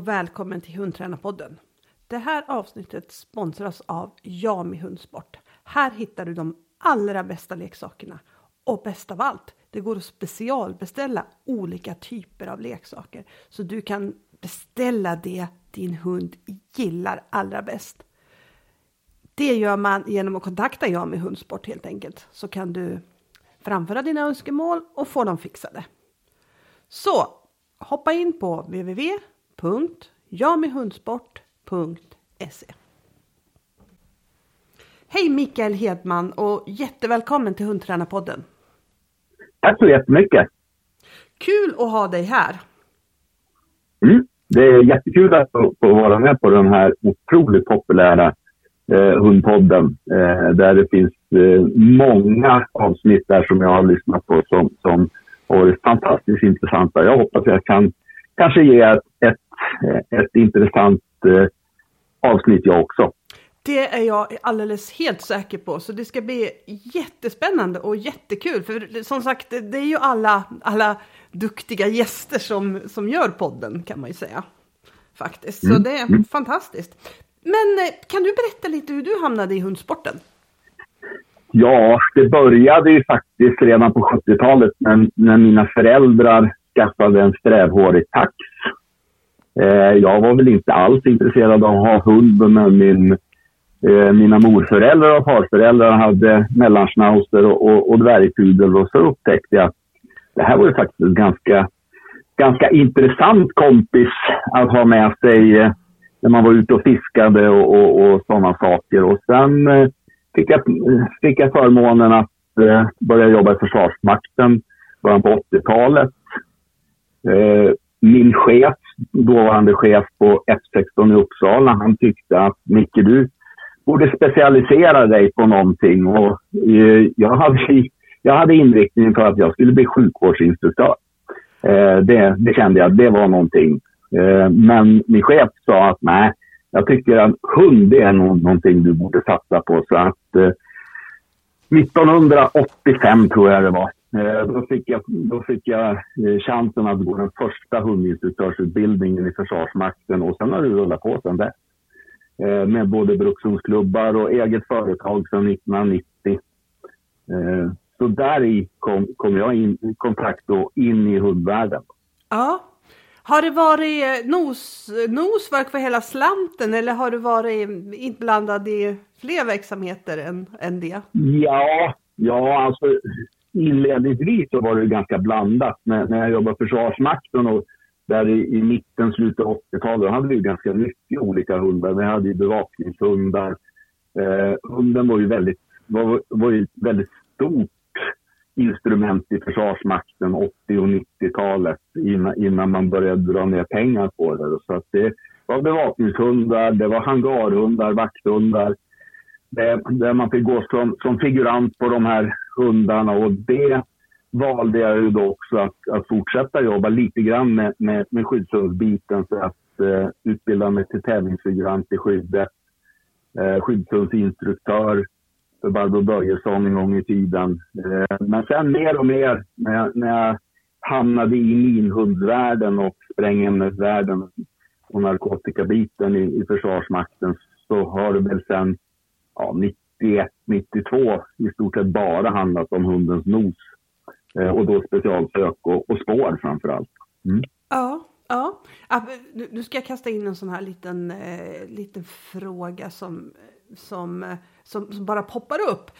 och välkommen till Hundtränarpodden. Det här avsnittet sponsras av Jami Hundsport. Här hittar du de allra bästa leksakerna. Och bäst av allt, det går att specialbeställa olika typer av leksaker. Så du kan beställa det din hund gillar allra bäst. Det gör man genom att kontakta Jami Hundsport helt enkelt. Så kan du framföra dina önskemål och få dem fixade. Så hoppa in på www.jamihundsport.se. Hej Mikael Hedman och jättevälkommen till Hundtränarpodden. Tack så jättemycket. Kul att ha dig här. Det är jättekul att få vara med på den här otroligt populära hundpodden. Där det finns många avsnitt där som jag har lyssnat på som har varit fantastiskt intressanta. Jag hoppas jag kan kanske ge ett intressant avsnitt jag också. Det är jag alldeles helt säker på. Så det ska bli jättespännande och jättekul. För som sagt, det är ju alla duktiga gäster som gör podden kan man ju säga. Faktiskt. Så det är fantastiskt. Men kan du berätta lite hur du hamnade i hundsporten? Ja, det började ju faktiskt redan på 70-talet när mina föräldrar skaffade en strävhårig tax. Jag var väl inte alls intresserad av att ha hund, men mina morföräldrar och farföräldrar hade mellanschnauzer och dvärgpudel, och så upptäckte jag att det här var ju faktiskt en ganska intressant kompis att ha med sig när man var ute och fiskade och sådana saker. Och sen fick jag förmånen att börja jobba i Försvarsmakten början på 80-talet. Min chef, dåvarande chef på F16 i Uppsala, han tyckte att Micke, du borde specialisera dig på någonting. Och jag hade inriktningen för att jag skulle bli sjukvårdsinstruktör. Det kände jag, det var någonting. Men min chef sa att nej, jag tycker att hund är någonting du borde satsa på. Så att 1985 tror jag det var. Då fick jag chansen att gå den första hundinstruktörsutbildningen i Försvarsmakten, och sen har det rullat på sen det. Med både brukshundsklubbar och eget företag sedan 1990. Så där kom jag in i kontakt och in i hundvärlden. Ja. Har det varit nosverk för hela slanten, eller har du varit inblandad i fler verksamheter än det? Ja, alltså inledningsvis så var det ganska blandat. När jag jobbade på Försvarsmakten och där i mitten, slutet av 80-talet hade vi ganska mycket olika hundar. Vi hade ju bevakningshundar. Hunden var ju väldigt stort instrument i Försvarsmakten 80- och 90-talet innan man började dra ner pengar på det. Så att det var bevakningshundar, det var hangarhundar, vakthundar. Där man fick gå som figurant på de här hundarna, och det valde jag ju då också att fortsätta jobba lite grann med skyddshundsbiten, för att utbilda mig till tävlingsfigurant i skyddet. Skyddshundsinstruktör för Barbro Börjesson en gång i tiden. Men sen mer och mer när jag hamnade i minhundsvärlden och sprängämnesvärlden och narkotikabiten i Försvarsmakten, så har det väl sen 91-92 i stort sett bara handlat om hundens nos. Och då specialsök och spår framförallt. Ja. Nu ska jag kasta in en sån här liten fråga som bara poppar upp.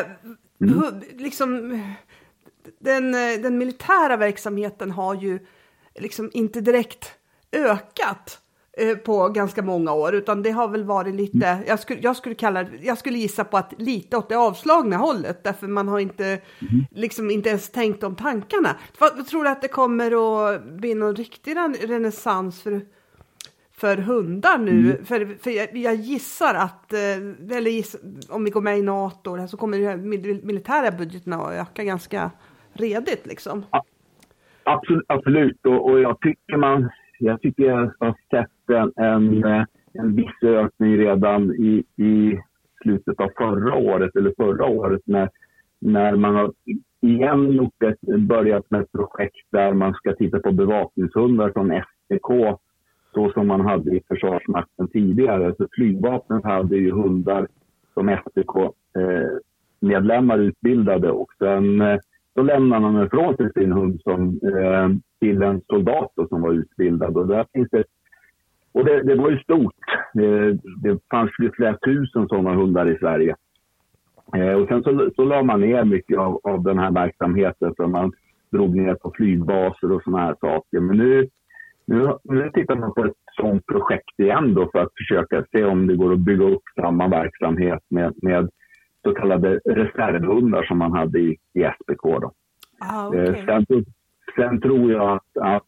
Liksom den militära verksamheten har ju liksom inte direkt ökat på ganska många år, utan det har väl varit lite, jag skulle gissa på att lite åt det avslagna hållet, därför man har inte liksom inte ens tänkt om tankarna. Vad tror du att det kommer att bli någon riktig renässans för hundar nu? För jag gissar att om vi går med i NATO så kommer de militära budgeterna att öka ganska redigt liksom. Absolut, och jag tycker jag har sett en viss ökning redan i slutet av förra året när man har igen börjat med ett projekt där man ska titta på bevakningshundar från SPK så som man hade i Försvarsmakten tidigare. Så flygvapnet hade ju hundar som STK-medlemmar utbildade, och sen så lämnade man ifrån sig sin hund till en soldat som var utbildad. Och där finns det var ju stort. Det fanns ju flera tusen sådana hundar i Sverige. Och sen så la man ner mycket av den här verksamheten, för man drog ner på flygbaser och såna här saker. Men nu tittar man på ett sådant projekt igen då, för att försöka se om det går att bygga upp samma verksamhet med så kallade reservhundar som man hade i SPK då. Okay. Sen tror jag att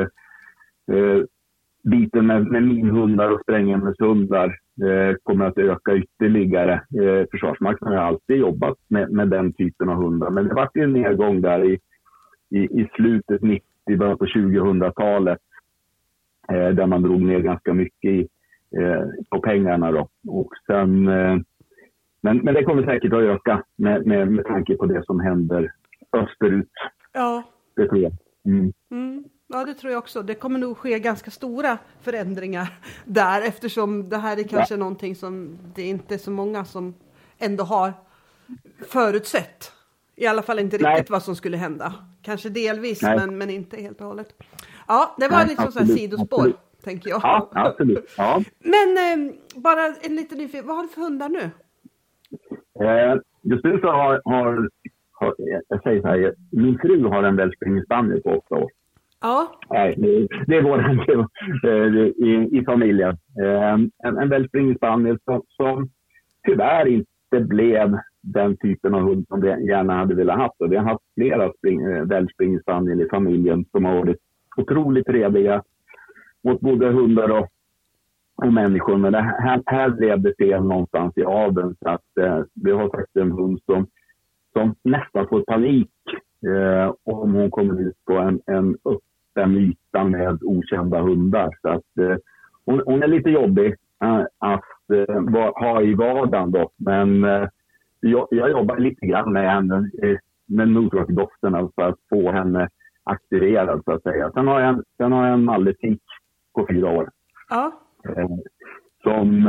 biten med minhundar och sprängämneshundar kommer att öka ytterligare. Försvarsmakten har alltid jobbat med den typen av hundar, men det var ju en nedgång där i slutet 90, början på 2000-talet, där man drog ner ganska mycket på pengarna då. Och sen, men det kommer säkert att öka med tanke på det som händer österut. Ja. Det tror jag. Ja, det tror jag också. Det kommer nog ske ganska stora förändringar där, eftersom det här är kanske någonting som det inte är så många som ändå har förutsett. I alla fall inte riktigt vad som skulle hända. Kanske delvis, men inte helt och hållet. Ja, det var liksom så här sidospår, tänker jag. Ja, absolut. Ja. Men bara en liten nyfiken, vad har du för hundar nu? Just nu så har jag säger så här, min fru har en Welshing Spaniel på 8 år. Ja. Nej, det är våran i familjen. En Welshing Spaniel som tyvärr inte blev den typen av hund som vi gärna hade velat ha. Vi har haft flera Welshing Spaniel i familjen som har varit otroligt trevliga mot både hundar och människor. Men här blev det fel någonstans i adeln, så att vi har faktiskt en hund som nästan får panik om hon kommer ut på en öppen yta med okända hundar. Så att hon är lite jobbig att ha i vardagen då. Men jag jobbar lite grann med henne, med nordrockdoften, för att få henne aktiverad, så att säga. Sen har jag en malletik på 4 år. Ja. Som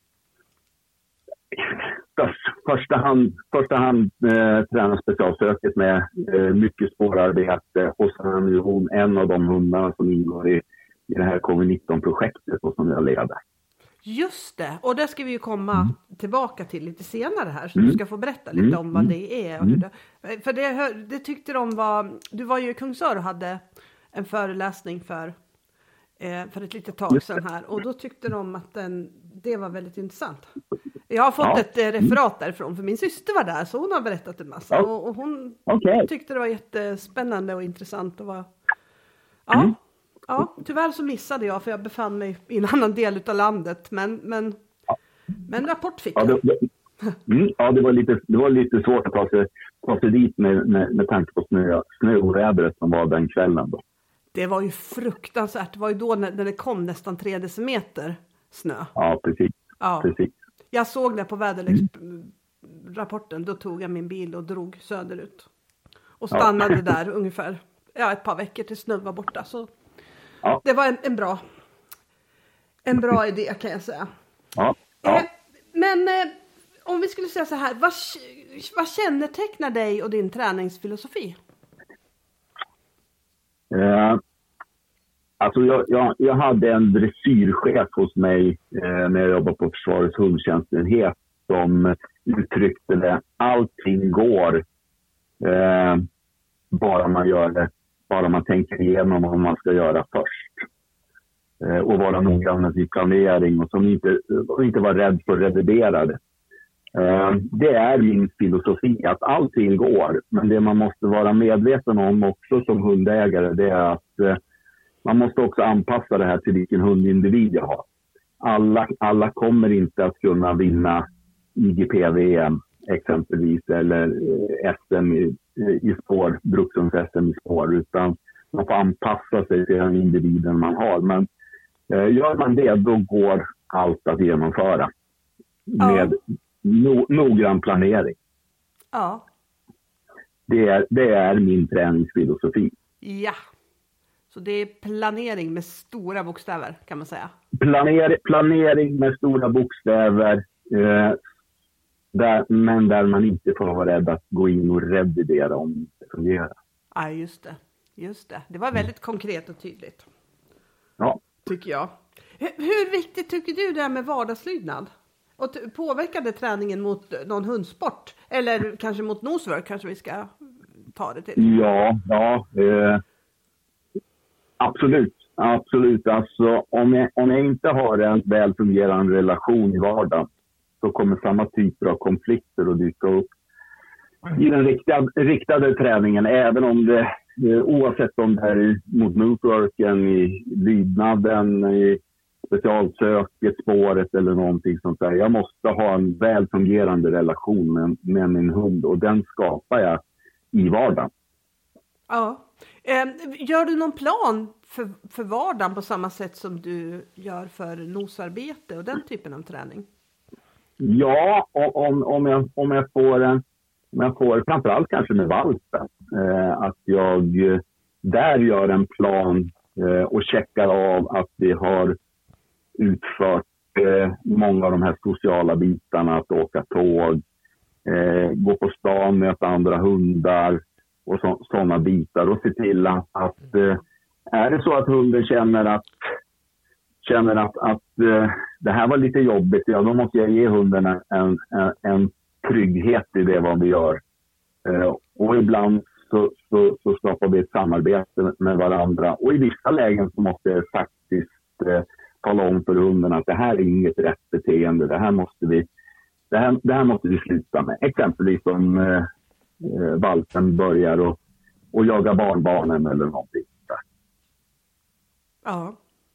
första hand tränar specialsöket med mycket spårarbete, och sen är hon en av de hundarna som ingår i det här COVID-19-projektet som jag leder. Just det, och det ska vi ju komma tillbaka till lite senare här, så du ska få berätta lite om vad det är. Och hur för det tyckte de du var ju i Kungsör och hade en föreläsning för ett litet tag sedan här, och då tyckte de att det var väldigt intressant. Jag har fått ett referat därifrån, för min syster var där, så hon har berättat en massa, och hon tyckte det var jättespännande och intressant att vara. Ja, tyvärr så missade jag, för jag befann mig i en annan del av landet, men rapport fick jag. Det var lite svårt att ta sig dit med tanke på snöovädret som var den kvällen då. Det var ju fruktansvärt. Det var ju då när det kom nästan 3 decimeter snö. Ja, precis. Ja. Precis. Jag såg det på väderleksrapporten. Då tog jag min bil och drog söderut. Och stannade där ungefär ett par veckor till snön var borta. Så det var en bra idé, kan jag säga. Ja. Men om vi skulle säga så här. Vad kännetecknar dig och din träningsfilosofi? Alltså jag hade en dressyrchef hos mig när jag jobbade på Försvarets hundtjänstenhet som uttryckte det: allting går bara man gör det, bara man tänker igenom vad man ska göra först, och vara noggrann med sin planering, och som inte var rädd för att revidera det. Det är min filosofi, att allting går, men det man måste vara medveten om också som hundägare, det är att man måste också anpassa det här till vilken hundindivid jag har. Alla kommer inte att kunna vinna IGP-VM exempelvis, eller SM i spår, Brukshunds-SM i spår, utan man får anpassa sig till den individen man har. Men gör man det, då går allt att genomföra med noggrann planering. Ja. Det är min träningsfilosofi. Ja. Så det är planering med stora bokstäver kan man säga. Planering med stora bokstäver. Men där man inte får vara rädd att gå in och revidera om det inte fungerar. Ja, just det. Det var väldigt konkret och tydligt. Ja. Tycker jag. Hur viktigt tycker du det är med vardagslydnad? Och påverkade träningen mot någon hundsport? Eller kanske mot nosework kanske vi ska ta det till? Ja. Absolut. Alltså, om jag inte har en väl fungerande relation i vardagen så kommer samma typer av konflikter att dyka upp i den riktade träningen. Även om det, oavsett om det är mot noseworken, i lydnaden, i specialsöket, spåret eller någonting sånt där. Jag måste ha en väl fungerande relation med min hund och den skapar jag i vardagen. Ja. Gör du någon plan för vardagen på samma sätt som du gör för nosarbete och den typen av träning? Ja, om jag får framförallt kanske med valpen, att jag där gör en plan och checkar av att vi har utfört många av de här sociala bitarna, att åka tåg, gå på stan, möta andra hundar och sådana bitar, och se till att är det så att hunden känner att det här var lite jobbigt, ja, då måste jag ge hunden en trygghet i det vad vi gör. Och ibland så skapar vi ett samarbete med varandra. Och i vissa lägen så måste jag faktiskt tala om för hunden att det här är inget rätt beteende. Det här måste vi sluta med. Exempelvis om valpen börjar och jaga barnbarnen eller någonting. Ja.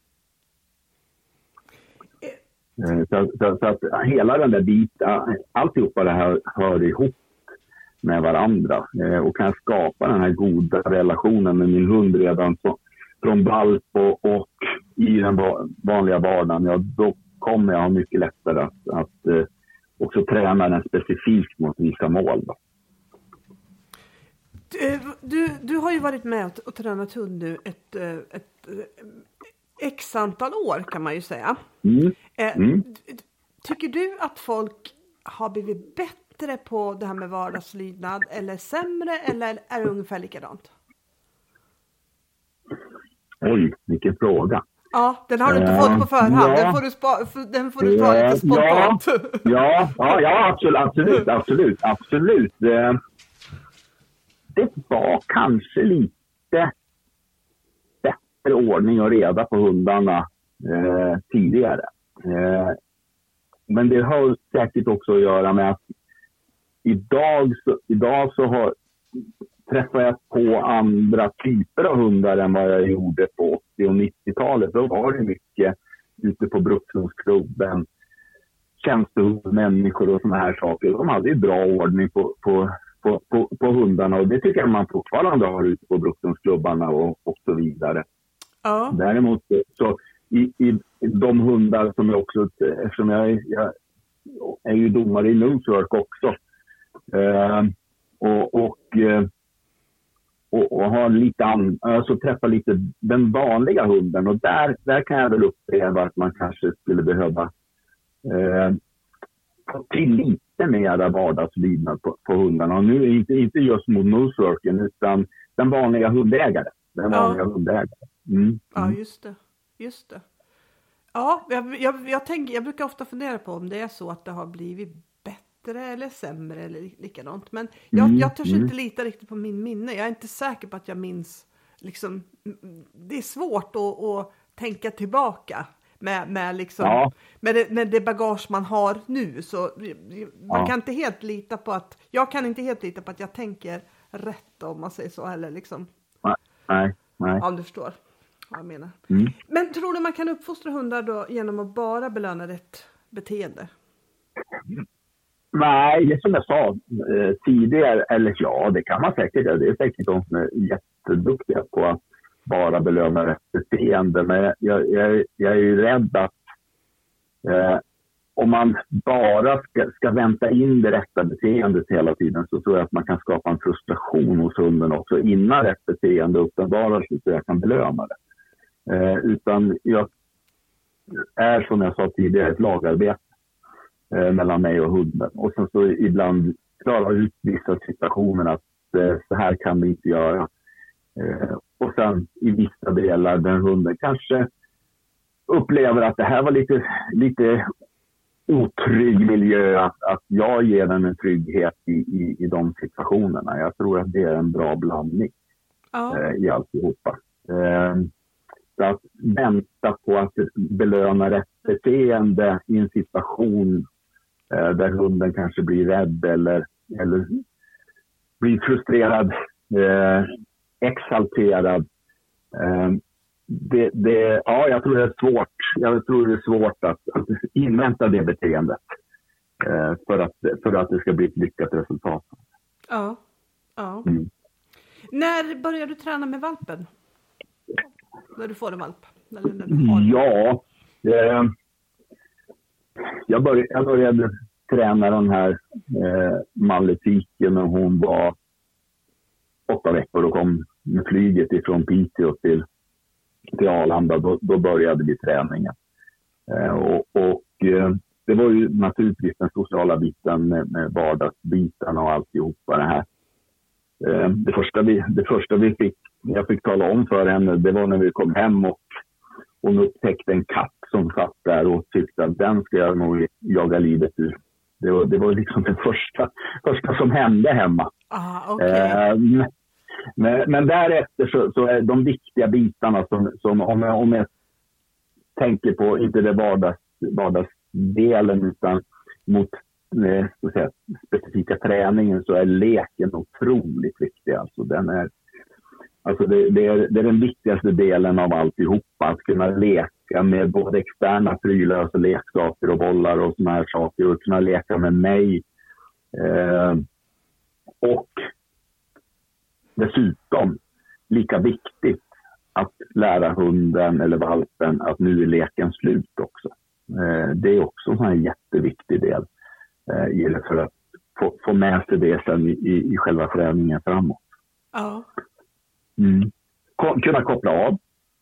Så att hela den där biten, alltihopa det här hör ihop med varandra. Och kan skapa den här goda relationen med min hund redan från valp och i den vanliga vardagen. Ja, då kommer jag ha mycket lättare att också träna den specifikt mot vissa mål. Då. Du har ju varit med och tränat hund nu ett x antal år kan man ju säga. Tycker du att folk har blivit bättre på det här med vardagslydnad eller sämre, eller är det ungefär likadant? Oj, vilken fråga. Ja, den har du inte fått på förhand. Ja. Den får du ta lite spontant. Ja, absolut. Det var kanske lite bättre ordning och reda på hundarna tidigare. Men det har säkert också att göra med att idag så träffar jag på andra typer av hundar än vad jag gjorde på 80- och 90-talet. Då var det mycket ute på Brukshundsklubben, tjänstehundmänniskor och såna här saker. De hade ju bra ordning på hundarna, och det tycker jag man fortfarande har ute på Brukshundsklubbarna och så vidare. Ja. Däremot så i de hundar som jag också, eftersom jag är ju domare i nosework också, och har lite alltså träffar lite den vanliga hunden, och där kan jag väl uppleva att man kanske skulle behöva få till lite mer vardagslydnad på hundarna. Och nu inte just mot noseworken, utan den vanliga hundägaren. Ja, just det. Ja, jag brukar ofta fundera på om det är så att det har blivit bättre eller sämre eller likadant. Men jag törs inte lita riktigt på min minne. Jag är inte säker på att jag minns. Liksom, det är svårt att tänka tillbaka med det bagage man har nu. Så man kan inte helt lita på att jag tänker rätt, om man säger så. Eller liksom. Nej. Om du förstår vad jag menar. Men tror du man kan uppfostra hundar då genom att bara belöna rätt beteende? Nej, det som jag sa tidigare, eller ja, det kan man säkert. Det är säkert de som är jätteduktiga på att bara belöna rätt beteende. Men jag är ju rädd om man bara ska vänta in det rätta beteendet hela tiden, så tror jag att man kan skapa en frustration hos hunden också innan rätt beteende uppenbarar sig, så jag kan belöna det. Utan jag är, som jag sa tidigare, ett lagarbete mellan mig och hunden. Och sen så ibland klara ut vissa situationer att så här kan vi inte göra. Och sen i vissa delar där hunden kanske upplever att det här var lite otrygg miljö, att jag ger den en trygghet i de situationerna. Jag tror att det är en bra blandning i alltihopa. Så att vänta på att belöna rätt beteende i en situation där hunden kanske blir rädd eller blir frustrerad, exalterad. Jag tror det är svårt. Jag tror det är svårt att invänta det beteendet för att det ska bli ett lyckat resultat. Ja. Mm. När börjar du träna med valpen? När du får en valp? Jag började träna den här Maletiken när hon var 8 veckor och kom med flyget ifrån Piteå till Arlanda. Då började vi träningen. Och det var ju naturligtvis den sociala biten med vardagsbiten och alltihopa det här. Det första jag fick tala om för henne, det var när vi kom hem och hon upptäckte en katt som satt där och tyckte att den ska jag nog jaga livet ur. Det var liksom det första som hände hemma. Okay. Men därefter så är de viktiga bitarna som om jag tänker på inte det vardagsdelen utan mot specifika träningen, så är leken otroligt viktig. Alltså det är den viktigaste delen av alltihopa, att kunna leka med både externa prylar, alltså leksaker och bollar och såna här saker, och kunna leka med mig. Och dessutom lika viktigt att lära hunden eller valpen att nu är leken slut också. Det är också en sån jätteviktig del i det, för att få med sig det sen i själva träningen framåt. Ja. Kunna koppla av.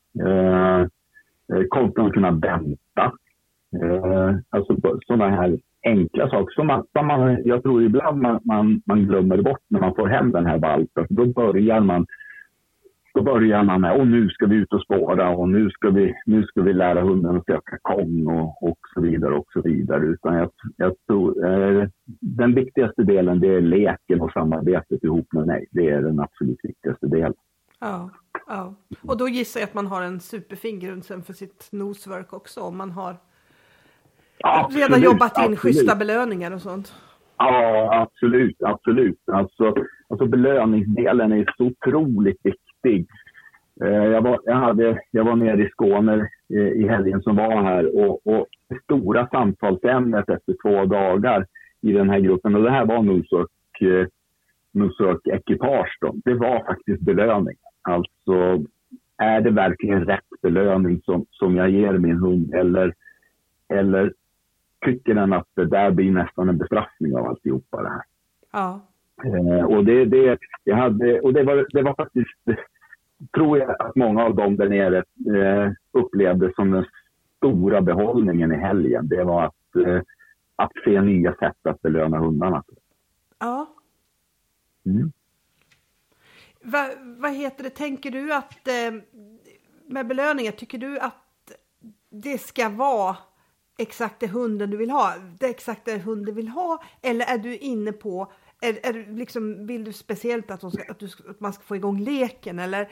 Kunna vänta. Alltså sådana här enkla saker som jag tror ibland man glömmer bort när man får hem den här valpen. Då börjar man med, och nu ska vi ut och spåra, och nu ska vi lära hunden att söka kong och så vidare och så vidare. Utan jag tror den viktigaste delen, det är leken och samarbetet ihop med mig. Det är den absolut viktigaste delen. Ja. Och då gissar jag att man har en superfin grund sen för sitt nosework också, om man har redan jobbat in schyssta belöningar och sånt. Ja, absolut. Alltså belöningsdelen är så otroligt viktig. Jag var nere i Skåne i helgen som var här, och det stora samtalsämnet efter 2 dagar i den här gruppen, och det här var Nosework-ekipage då, det var faktiskt belöning. Alltså, är det verkligen rätt belöning som jag ger min hund, eller tycker den att det där blir nästan en bestraffning av alltihopa det här? Ja. Och det var faktiskt, tror jag att många av dem där nere upplevde som den stora behållningen i helgen. Det var att se nya sätt att belöna hundarna. Ja. Vad heter det? Tänker du att med belöningar, tycker du att det ska vara exakt det hunden du vill ha? Det exakt det hunden vill ha? Eller är du inne på, är liksom, vill du speciellt att man ska få igång leken? Eller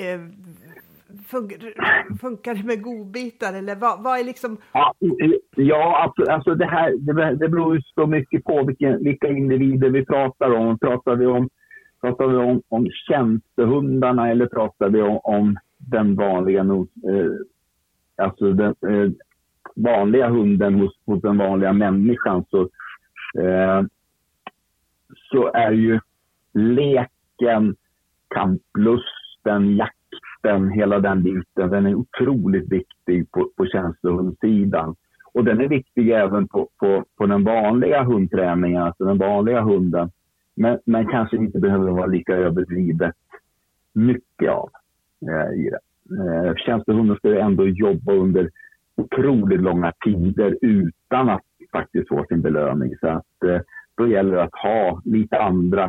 funkar det med godbitar? Eller vad är liksom... Ja, alltså det beror ju så mycket på vilka individer vi pratar om. Pratar vi om tjänstehundarna, eller pratar vi om den vanliga vanliga hunden hos den vanliga människan, så är ju leken, kamplusten, jakten, hela den biten, den är otroligt viktig på tjänstehundssidan. Och den är viktig även på den vanliga hundträningen, alltså den vanliga hunden. Men kanske inte behöver vara lika överdrivet mycket av i det. Tjänstehunden ska ändå jobba under otroligt långa tider utan att faktiskt få sin belöning. Så att då gäller det att ha lite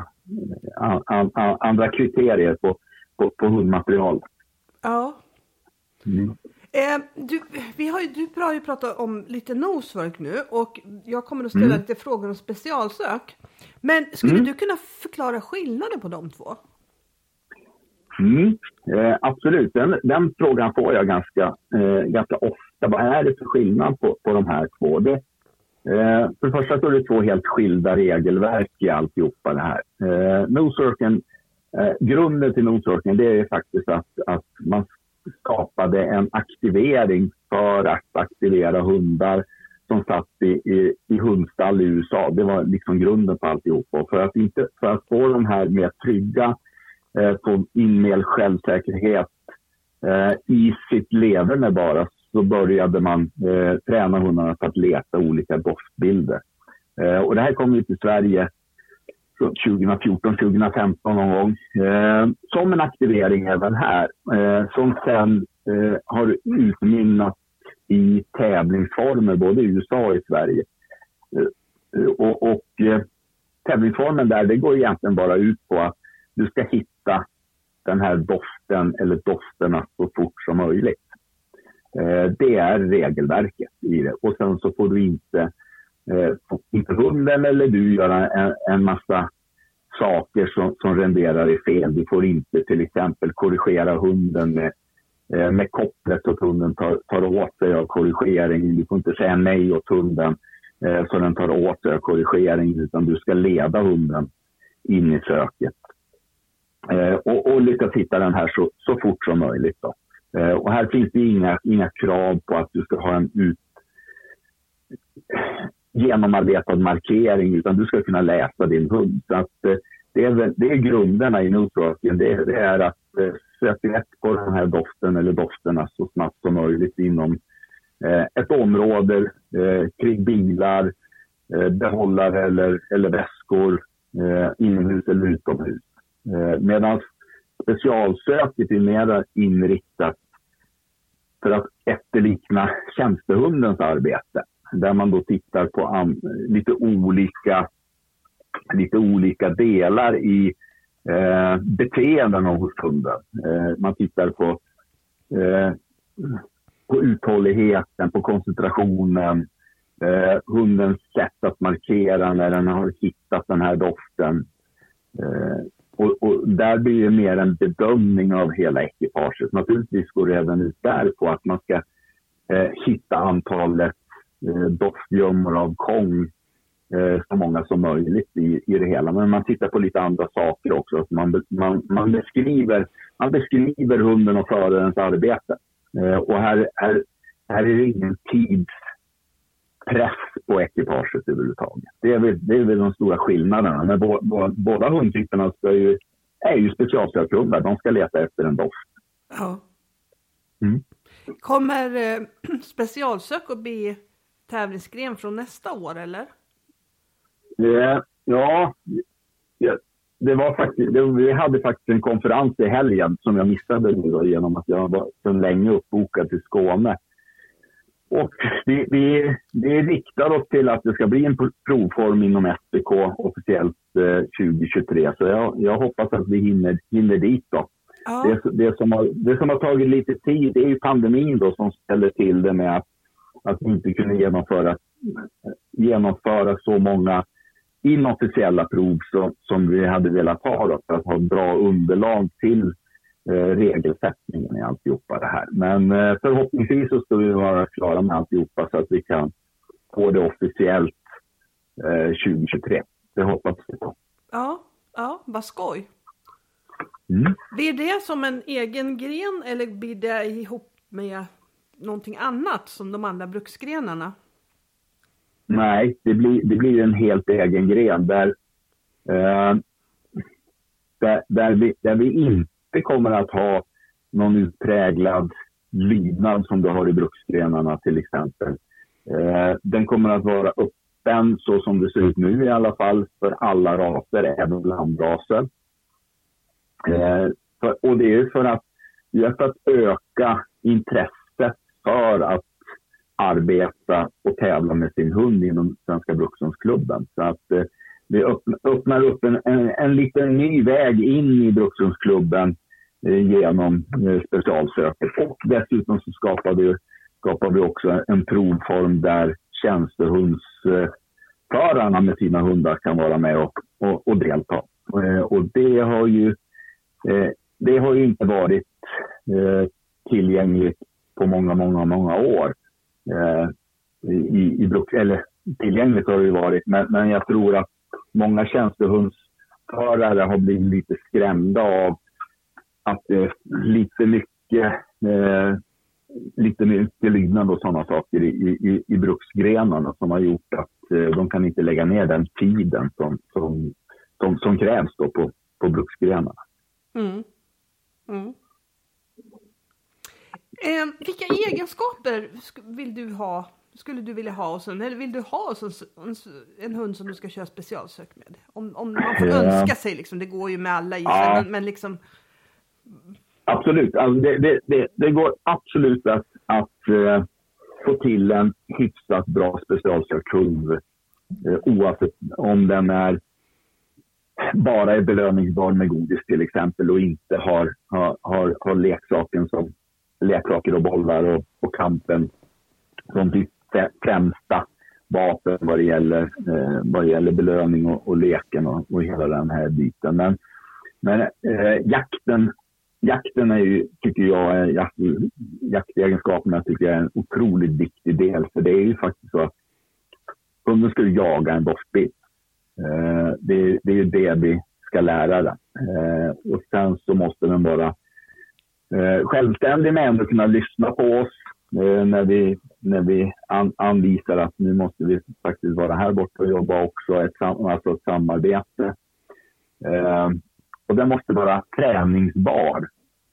andra kriterier på hundmaterial. Ja. Du har ju pratat om lite nosework nu och jag kommer att ställa lite frågor om specialsök. Men skulle du kunna förklara skillnaden på de två? Absolut, den frågan får jag ganska ofta. Vad är det för skillnad på de här två? För det första så är det två helt skilda regelverk i alltihopa det här. Noseworken, grunden till noseworken, det är faktiskt att man skapade en aktivering för att aktivera hundar som satt i hundstall i USA. Det var liksom grunden för alltihopa. Och för att få de här mer trygga, få in mer självsäkerhet i sitt leverne bara, så började man träna hundarna för att leta olika doftbilder. Och det här kom ju till Sverige 2014-2015 någon gång. Som en aktivering även här. Som sen har utmynnat i tävlingsformer både i USA och i Sverige. Och tävlingsformen där, det går egentligen bara ut på att du ska hitta den här doften eller dofterna så fort som möjligt. Det är regelverket i det. Och sen så får du inte hunden eller du göra en massa saker som renderar i fel. Du får inte till exempel korrigera hunden med kopplet så att hunden tar åt sig av korrigering. Du får inte säga nej åt hunden så den tar åt sig av korrigering, utan du ska leda hunden in i söket. Och lyckas hitta den här så fort som möjligt då. Och här finns det inga krav på att du ska ha en genomarbetad markering, utan du ska kunna läsa din hund. Så att det är grunderna i noseworken. Det är att sätta rätt på den här doften eller dofterna så snabbt som möjligt inom ett område kring bilar, behållare eller väskor, inomhus eller utomhus. Medan specialsöket är mer inriktat för att efterlikna tjänstehundens arbete. Där man då tittar på lite olika delar i beteenden hos hunden. Man tittar på uthålligheten, på koncentrationen, hundens sätt att markera när den har hittat den här doften. Och där blir det mer en bedömning av hela ekipaget. Naturligtvis går det även ut där på att man ska hitta antalet doftgömmor av kong så många som möjligt i det hela. Men man tittar på lite andra saker också. Man beskriver hunden och förarens arbete. Och här är det ingen tidspress på ekipaget överhuvudtaget. Det är väl de stora skillnaderna. Men båda hundtyperna är ju specialsökhundar. De ska leta efter en doft. Ja. Kommer specialsök att bli tävlingsgren från nästa år, eller? Ja, det var faktiskt, vi hade faktiskt en konferens i helgen som jag missade nu då, genom att jag var så länge uppbokad till Skåne. Och vi riktar oss till att det ska bli en provform inom SPK officiellt 2023. Så jag hoppas att vi hinner dit då. Ja. Det som har tagit lite tid, det är ju pandemin då som ställer till det med att vi inte kunde genomföra så många inofficiella prov som vi hade velat ha då, för att ha bra underlag till regelsättningen i alltihopa det här. Men förhoppningsvis så ska vi vara klara med alltihopa så att vi kan få det officiellt 2023. Det hoppas vi på. Ja, vad skoj. Blir det som en egen gren eller blir det ihop med någonting annat som de andra bruksgrenarna? Nej, det blir en helt egen gren där vi inte kommer att ha någon utpräglad lydnad som du har i bruksgrenarna till exempel. Den kommer att vara öppen så som det ser ut nu i alla fall för alla raser, även blandraser. Och det är för att öka intresset för att arbeta och tävla med sin hund inom Svenska Brukshundsklubben. Så att vi öppnar upp en liten ny väg in i Brukshundsklubben genom specialsöket. Och dessutom så skapar vi också en provform där tjänstehundsförarna med sina hundar kan vara med och delta. Och det har ju inte varit tillgängligt på många år. Eller tillgängligt har det ju varit, men jag tror att många tjänstehundsförare har blivit lite skrämda av att det är lite mycket lydnad och sådana saker i bruksgrenarna som har gjort att de kan inte lägga ner den tiden som krävs då på bruksgrenarna. Vilka egenskaper skulle du vilja ha hos en, eller vill du ha hos en hund som du ska köra specialsök med? Om man får önska sig, liksom, det går ju med alla i sig, men liksom... Absolut, alltså det går absolut att få till en hyfsat bra specialsökt hund, oavsett om den bara är belöningsbar med godis till exempel och inte har leksaken som leksaker och bollar och kampen som sitt främsta vapen vad det gäller belöning och leken och hela den här biten. Men jakten är ju, tycker jag, jaktegenskaperna tycker jag är en otroligt viktig del. För det är ju faktiskt så att hunden ska jaga en doftbit. Det är ju det vi ska lära den. Och sen så måste den vara självständig med ändå kunna lyssna på oss när vi anvisar att nu måste vi faktiskt vara här borta och jobba också, alltså ett samarbete. Och den måste vara träningsbar.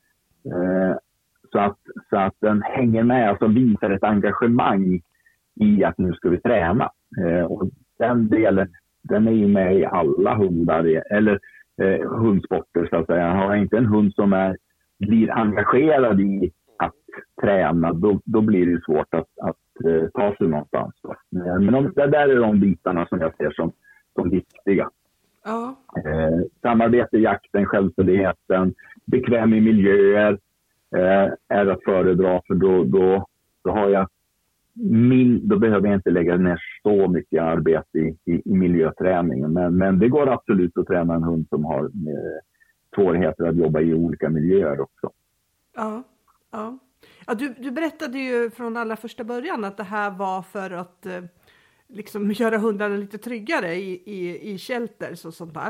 Så att den hänger med, alltså visar ett engagemang i att nu ska vi träna. Och den delen, den är ju med i alla hundar eller hundsporter så att säga. Har inte en hund som blir engagerad i att träna, då blir det svårt att ta sig någonstans. Men det där är de bitarna som jag ser som viktiga. Ja. Samarbete, jakten, självständigheten, bekväm i miljöer är att föredra, för då har jag då behöver jag inte lägga ner så mycket arbete i miljöträningen. Men det går absolut att träna en hund som har svårigheter att jobba i olika miljöer också. Ja. Du berättade ju från allra första början att det här var för att liksom göra hundarna lite tryggare i shelters och sånt där.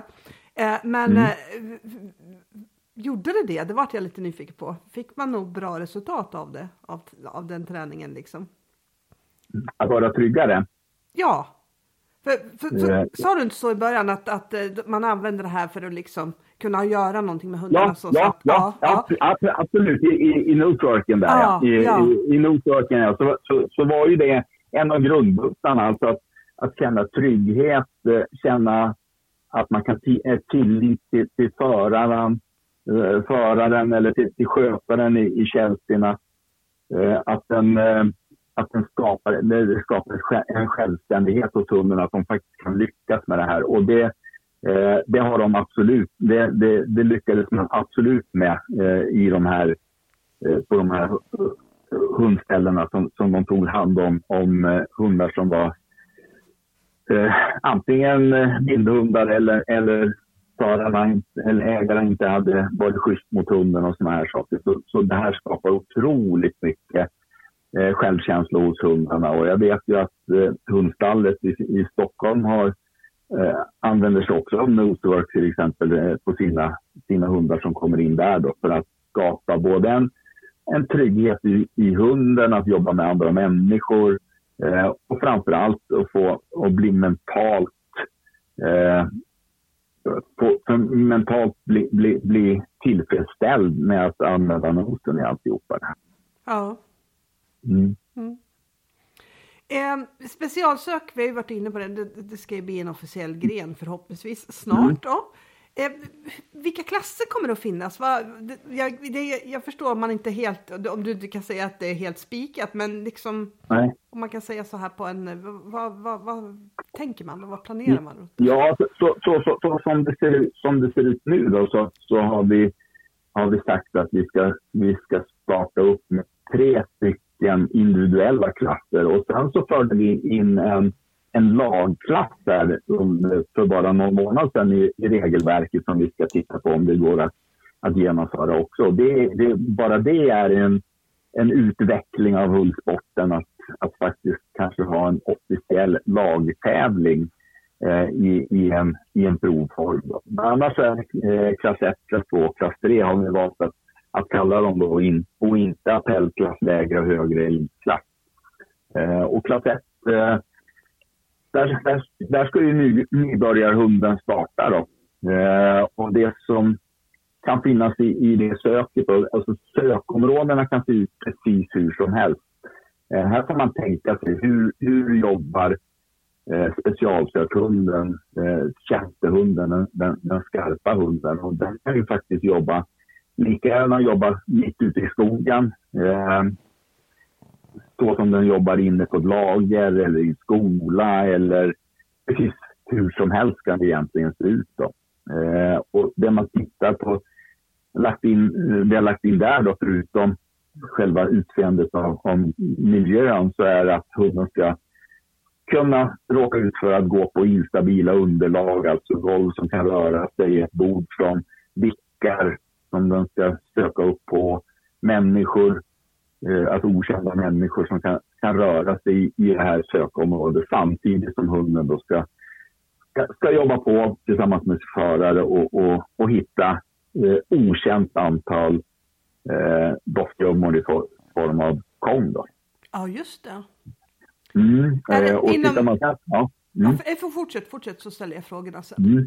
Gjorde det? Det var jag lite nyfiken på. Fick man nog bra resultat av det? Av den träningen liksom? Att vara tryggare? Ja. För sa du inte så i början att man använder det här för att liksom kunna göra någonting med hundarna? Absolut. I notworken där. I notworken så var ju det en av grundbultarna. Alltså att känna trygghet, känna att man kan tillit till föraren eller till skötaren i tjänsterna. Att den skapar en självständighet hos hunden, att de faktiskt kan lyckas med det här. Och det har de absolut. Det lyckades man absolut med i på de här hundställena som de tog hand om hundar som var antingen bindhundar eller förarna eller ägarna inte hade varit schysst mot hunden och såna här saker. Så det här skapar otroligt mycket självkänsla hos hundarna. Och jag vet ju att hundstallet i Stockholm använder sig också av Nosework till exempel på sina hundar som kommer in där då, för att skapa både en trygghet i hunden, att jobba med andra människor och framförallt att bli mentalt bli tillfredsställd med att använda nosen i alltihopa det här. Ja. Specialsök, vi har ju varit inne på det ska ju bli en officiell gren förhoppningsvis snart då. Vilka klasser kommer det att finnas? Jag förstår om man inte helt, om du inte kan säga att det är helt spikat, men liksom om man kan säga så här på en, vad tänker man och vad planerar man? Ja, så som det ser ut nu då, så har vi sagt att vi ska starta upp med 3 stycken individuella klasser, och sen så förde vi in en lagklass där för bara någon månad sedan i regelverket som vi ska titta på om det går att genomföra också. Bara det är en utveckling av hundsporten att faktiskt kanske ha en officiell lagtävling i en provform. Men annars är klass 1, klass 2, klass 3 har vi valt att kalla dem då och inte appellklass, lägre och högre elitklass. Och klass 1 där ska ju nybörjarhunden starta då. Och det som kan finnas i det söket, alltså sökområdena kan se ut precis hur som helst. Här kan man tänka sig hur jobbar specialsökhunden, tjänstehunden, den skarpa hunden. Och den kan ju faktiskt lika gärna jobba mitt ute i skogen. Så som den jobbar inne på ett lager eller i skola eller precis hur som helst kan det egentligen se ut då. Och det man tittar på, det har lagt in där då, förutom själva utseendet av miljön, så är att hunden ska kunna råka ut för att gå på instabila underlag, alltså golv som kan röra sig, ett bord från vickar som den ska söka upp på, människor, alltså okända människor som kan röra sig i det här sökområdet, samtidigt som hunden då ska jobba på tillsammans med förare och hitta okänt antal doftgummor i form av kong då. Ja, just det. Och tittar man här, Jag får fortsätt så ställer jag frågorna sen.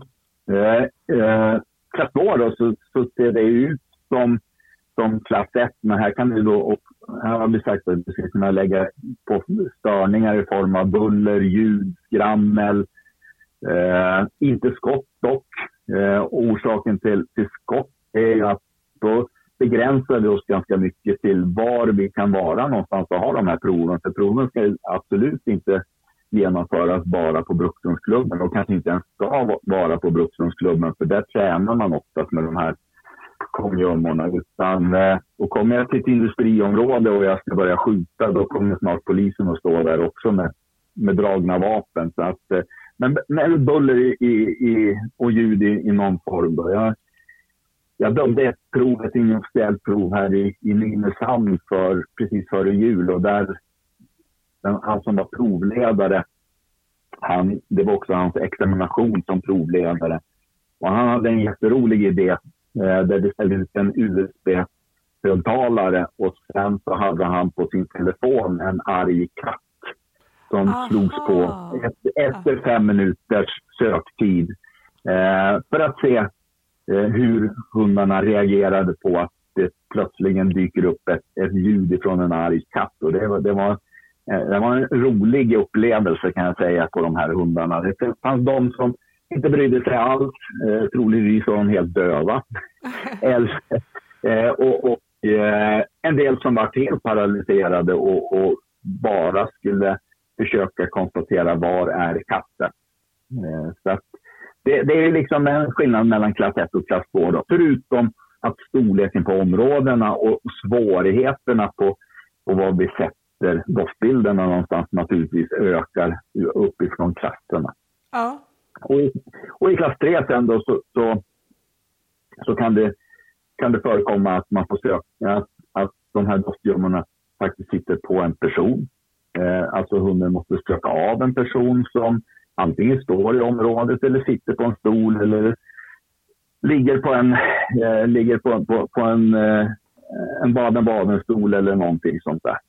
Klass 2 då, så ser det ut som klass 1, men här kan vi då, och här har vi sagt att vi ska kunna lägga på störningar i form av buller, ljud, skrammel, inte skott dock. Orsaken till skott är att då begränsar vi oss ganska mycket till var vi kan vara någonstans och ha de här proven. För proven ska absolut inte genomföras bara på Brukshundsklubben, och kanske inte ens ska vara på Brukshundsklubben, för där tränar man oftast med de här kongummorna. Och kommer jag till ett industriområde och jag ska börja skjuta, då kommer snart polisen att stå där också med dragna vapen. Så att, men buller och ljud i någon form då. Jag dömde ett inofficiellt prov här i Nynäshamn precis före jul, och där han som var provledare, det var också hans examination som provledare, och han hade en jätterolig idé där det ställde ut en USB-högtalare, och sen så hade han på sin telefon en arg katt som slogs på efter 5 minuters söktid för att se hur hundarna reagerade på att det plötsligen dyker upp ett ljud från en arg katt. Och det var en rolig upplevelse, kan jag säga, på de här hundarna. Det fanns de som inte brydde sig alls, troligtvis var de helt döva. och en del som var helt paralyserade och bara skulle försöka konstatera var är katten. Så att det är liksom en skillnad mellan klass 1 och klass 2 då. Förutom att storleken på områdena och svårigheterna på vad vi sätter doftbilderna någonstans naturligtvis ökar uppifrån klasserna. Ja. Och i klass 3 sen då så kan det förekomma att man får söka att de här doftgummorna faktiskt sitter på en person. Alltså hunden måste söka av en person som antingen står i området eller sitter på en stol eller ligger på en baden-baden-stol eller någonting sånt där.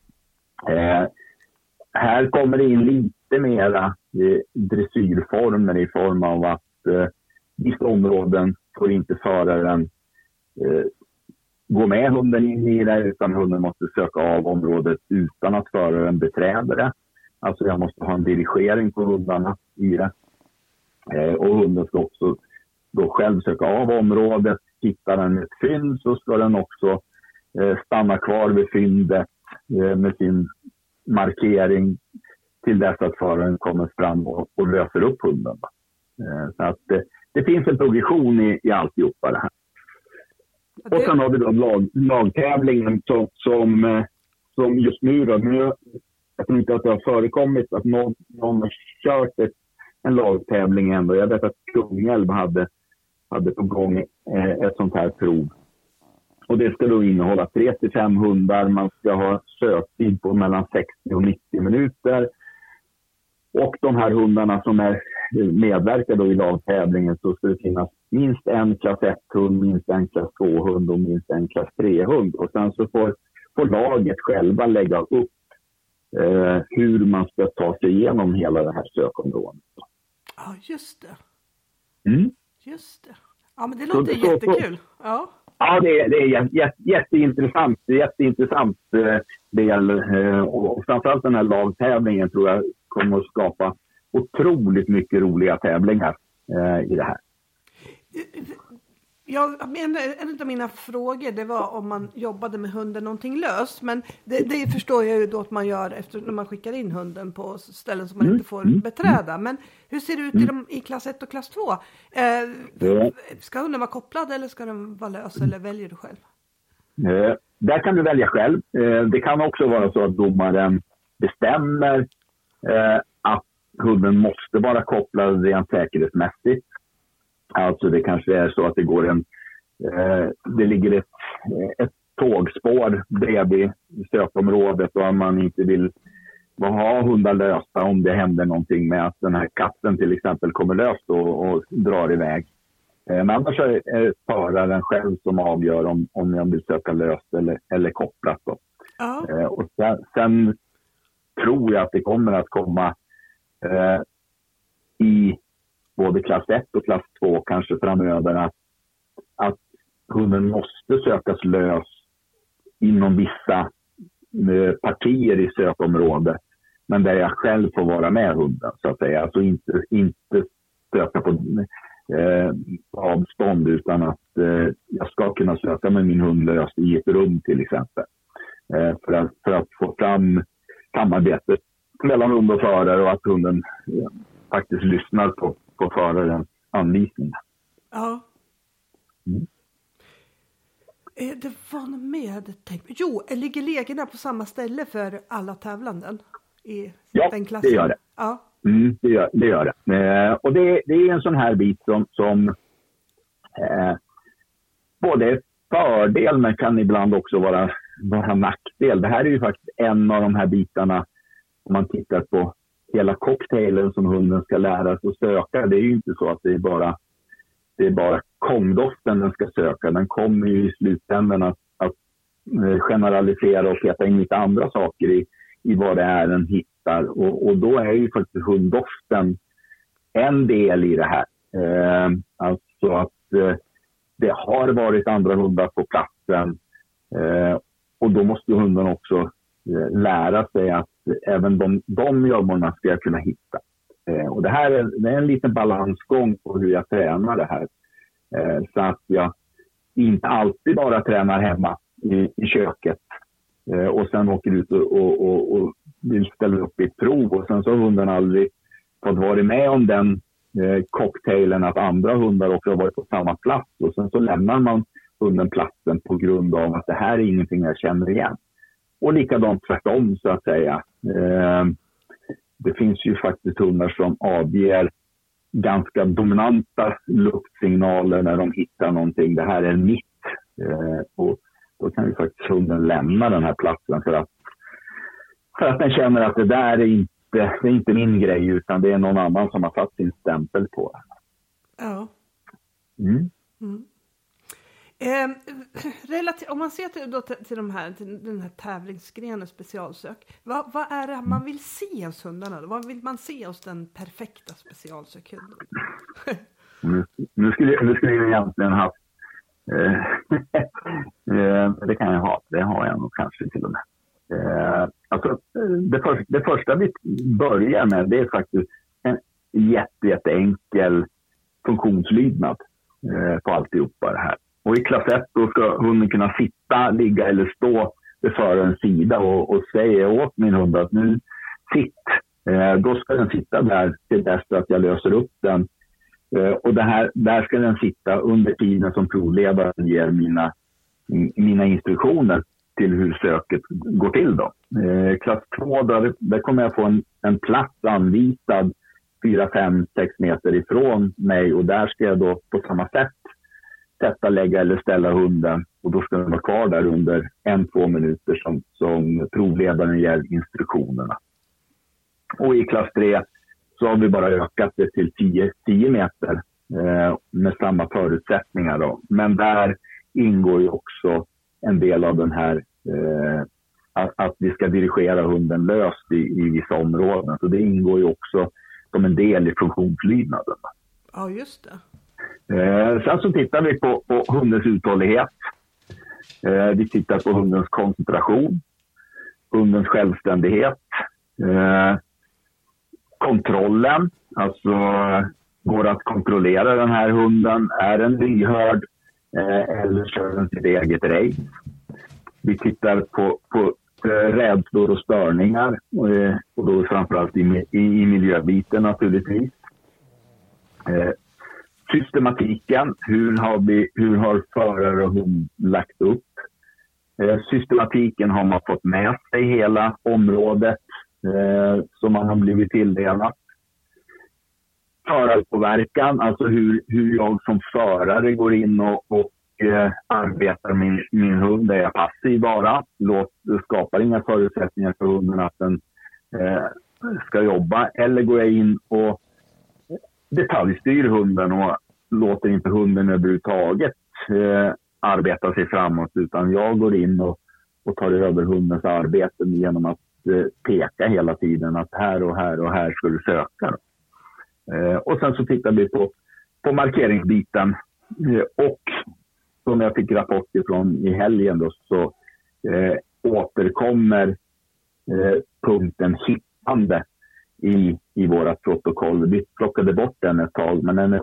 Här kommer det in lite mera dressyrformer i form av att vissa områden får inte föraren gå med hunden in i det, utan hunden måste söka av området utan att föraren beträder det. Alltså jag måste ha en dirigering på hundarna i det. Och hunden ska också då själv söka av området. Hittar den ett fynd så ska den också stanna kvar vid fyndet med sin markering till dess att föraren kommer fram och löser upp hunden. Så att det finns en progression i alltihopa det här. Och sen har vi då lagtävlingen som just nu då. Jag tror inte att det har förekommit att någon har kört en lagtävling ändå. Jag vet att Kungälv hade på gång ett sånt här prov. Och det ska då innehålla 3-5 hundar. Man ska ha söktid på mellan 60 och 90 minuter. Och de här hundarna som medverkar då i lagtävlingen, så ska det finnas minst en klass 1-hund, minst en klass 2-hund och minst en klass 3-hund. Och sen så får laget själva lägga upp hur man ska ta sig igenom hela det här sökområdet. Ja, just det. Mm. Just det. Ja, men det låter jättekul. Ja. Ja, det är jätteintressant. Jätteintressant del. Och framförallt den här lagtävlingen tror jag kommer att skapa otroligt mycket roliga tävlingar i det här. En av mina frågor det var om man jobbade med hunden någonting löst. Men det förstår jag ju då att man gör när man skickar in hunden på ställen som man inte får beträda. Men hur ser det ut i klass 1 och klass 2? Ska hunden vara kopplad eller ska den vara lös eller väljer du själv? Där kan du välja själv. Det kan också vara så att domaren bestämmer att hunden måste vara kopplad rent säkerhetsmässigt. Alltså det kanske är så att det går det ligger ett tågspår bredvid sökområdet och man inte vill ha hundar lösta om det händer någonting med att den här katten till exempel kommer löst och drar iväg. Men annars är det föraren själv som avgör om jag vill söka löst eller kopplat. Då. Och sen tror jag att det kommer att komma i både klass 1 och klass 2 kanske framöver att hunden måste sökas lös inom vissa partier i sökområdet. Men där jag själv får vara med hunden så att säga. Alltså inte söka på avstånd utan att jag ska kunna söka med min hund löst i ett rum till exempel. För att få fram samarbetet mellan hund och förare och att hunden faktiskt lyssnar på förarens anvisning. Ja. Det var något mer jag hade tänkt. Jo, ligger lägena på samma ställe för alla tävlanden i den klassen? Det gör det. Ja, det gör det. Och det är en sån här bit som både är fördel men kan ibland också vara nackdel. Det här är ju faktiskt en av de här bitarna om man tittar på hela cocktailen som hunden ska lära sig att söka. Det är ju inte så att det är bara komdoften den ska söka. Den kommer ju i slutändan att generalisera och peta in lite andra saker i vad det är den hittar. Och då är ju faktiskt hunddoften en del i det här. Alltså att det har varit andra hundar på platsen. Och då måste hunden också lära sig att även de gömmorna ska jag kunna hitta. Och det här är en liten balansgång på hur jag tränar det här. Så att jag inte alltid bara tränar hemma i köket. Och sen åker ut och vill ställa upp i ett prov. Och sen så har hunden aldrig fått vara med om den cocktailen att andra hundar också har varit på samma plats. Och sen så lämnar man hunden platsen på grund av att det här är ingenting jag känner igen. Och likadant tvärtom så att säga. Det finns ju faktiskt hundar som avger ganska dominanta luktsignaler när de hittar någonting. Det här är mitt. Och då kan ju faktiskt hunden lämna den här platsen för att den känner att det där är inte min grej utan det är någon annan som har satt sin stämpel på det. Ja. Om man ser till den här tävlingsgrenen specialsök, vad är det man vill se hos hundarna? Vad vill man se hos den perfekta specialsökhunden? Nu skulle jag egentligen haft det kan jag ha. Det har jag nog kanske till och med. Alltså, det första vi börjar med, det är faktiskt en jätteenkel funktionslydnad på alltihopa det här. Och i klass 1 då ska hunden kunna sitta, ligga eller stå vid förarens sida och säga åt min hund att nu sitt. Då ska den sitta där till dess att jag löser upp den. Och där ska den sitta under tiden som provledaren ger mina instruktioner till hur söket går till då. Klass 2, där kommer jag få en plats anvisad 4, 5, 6 meter ifrån mig, och där ska jag då på samma sätt sätta, lägga eller ställa hunden, och då ska den vara kvar där under 1-2 minuter som provledaren ger instruktionerna. Och i klass 3 så har vi bara ökat det till 10 meter med samma förutsättningar då. Men där ingår ju också en del av den här att vi ska dirigera hunden löst i vissa områden. Så det ingår ju också som en del i funktionslydnaden. Ja, just det. Sen så tittar vi på hundens uthållighet. Vi tittar på hundens koncentration, hundens självständighet, kontrollen. Alltså, går att kontrollera den här hunden? Är den lyhörd eller kör den sitt eget race? Vi tittar på rädslor och störningar, och då framförallt i miljöbiten naturligtvis. Systematiken, hur har förare och hund lagt upp? Systematiken har man fått med sig hela området som man har blivit tilldelat. Förarpåverkan, alltså hur jag som förare går in och arbetar min hund. Är jag passiv bara? Skapar inga förutsättningar för hunden att den ska jobba. Eller går jag in och detaljstyr hunden och låter inte hunden överhuvudtaget arbeta sig framåt, utan jag går in och tar över hundens arbete genom att peka hela tiden att här och här och här ska du söka. Och sen så tittar vi på markeringsbiten, och som jag fick rapporter från i helgen då, så återkommer punkten hittande i våra protokoll. Vi plockade bort den ett tag, men den är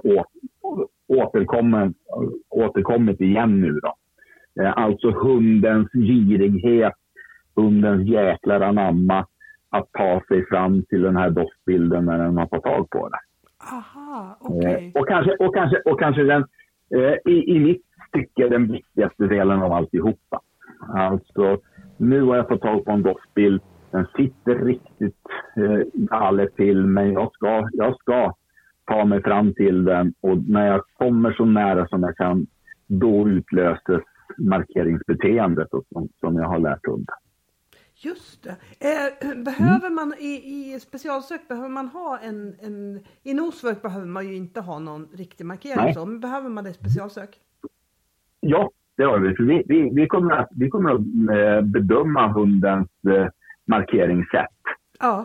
återkommit igen nu då. Alltså hundens girighet, hundens jäklar anamma att ta sig fram till den här doftbilden när den har fått tag på det. Aha, okej. Och kanske den i mitt tycke den viktigaste delen av alltihopa. Alltså, nu har jag fått tag på en doftbild. Den sitter riktigt galet till, men jag ska ta mig fram till den, och när jag kommer så nära som jag kan, då utlöses markeringsbeteendet som jag har lärt hunden. Just det. Behöver man i specialsök, behöver man ha i nosvök behöver man ju inte ha någon riktig markering, så, men behöver man det i specialsök? Ja, det har vi. För vi kommer att bedöma hundens markeringssätt. Ja.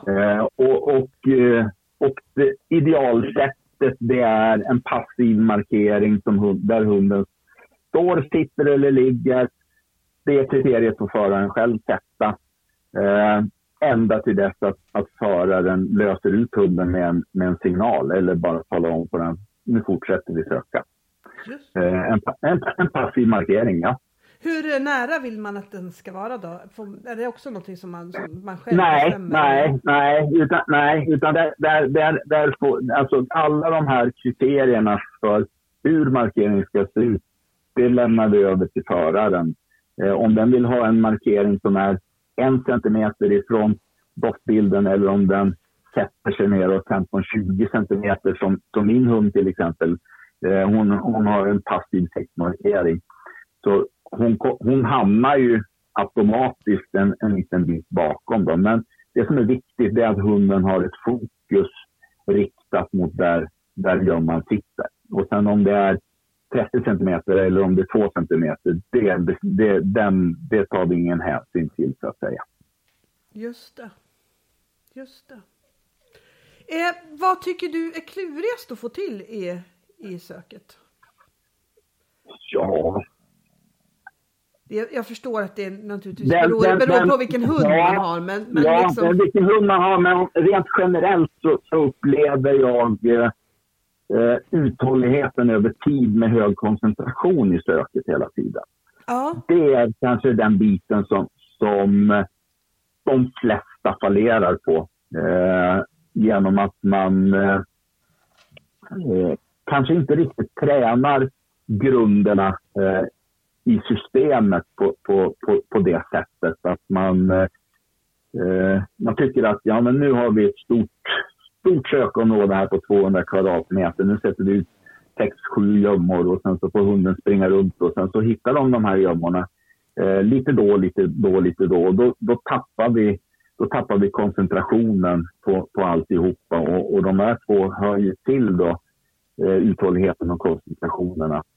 Och det idealsättet, det är en passiv markering där hunden står, sitter eller ligger. Det är kriteriet för föraren själv sätta. Ända till dess att föraren löser ut hunden med en signal, eller bara talar om på den. Nu fortsätter vi söka. En passiv markering, ja. Hur nära vill man att den ska vara då? Är det också något som man själv bestämmer? Nej, utan där får, alltså alla de här kriterierna för hur markeringen ska se ut, det lämnar vi över till föraren. Om den vill ha en markering som är 1 centimeter ifrån doftbilden, eller om den sätter sig ner och 15-20 centimeter som min hund till exempel. Hon har en passiv textmarkering. Så hon hamnar ju automatiskt en liten bit bakom dem. Men det som är viktigt är att hunden har ett fokus riktat mot där gömman sitter. Och sen om det är 30 centimeter eller om det är 2 centimeter, det tar vi ingen hänsyn till, så att säga. Just det. Vad tycker du är klurigast att få till i söket? Ja, Jag förstår att det naturligtvis beror på vilken hund man har. Men liksom... vilken hund man har. Men rent generellt så upplever jag uthålligheten över tid med hög koncentration i söket hela tiden. Ja. Det är kanske den biten som de flesta fallerar på. Genom att man kanske inte riktigt tränar grunderna i systemet på det sättet att man tycker att men nu har vi ett stort sökområde här på 200 kvadratmeter. Nu sätter vi ut 6-7 gömmor och sen så får hunden springa runt och sen så hittar de här gömmorna lite då. Då tappar vi koncentrationen på alltihopa och de här två hör ju till då uthålligheten och koncentrationen. Att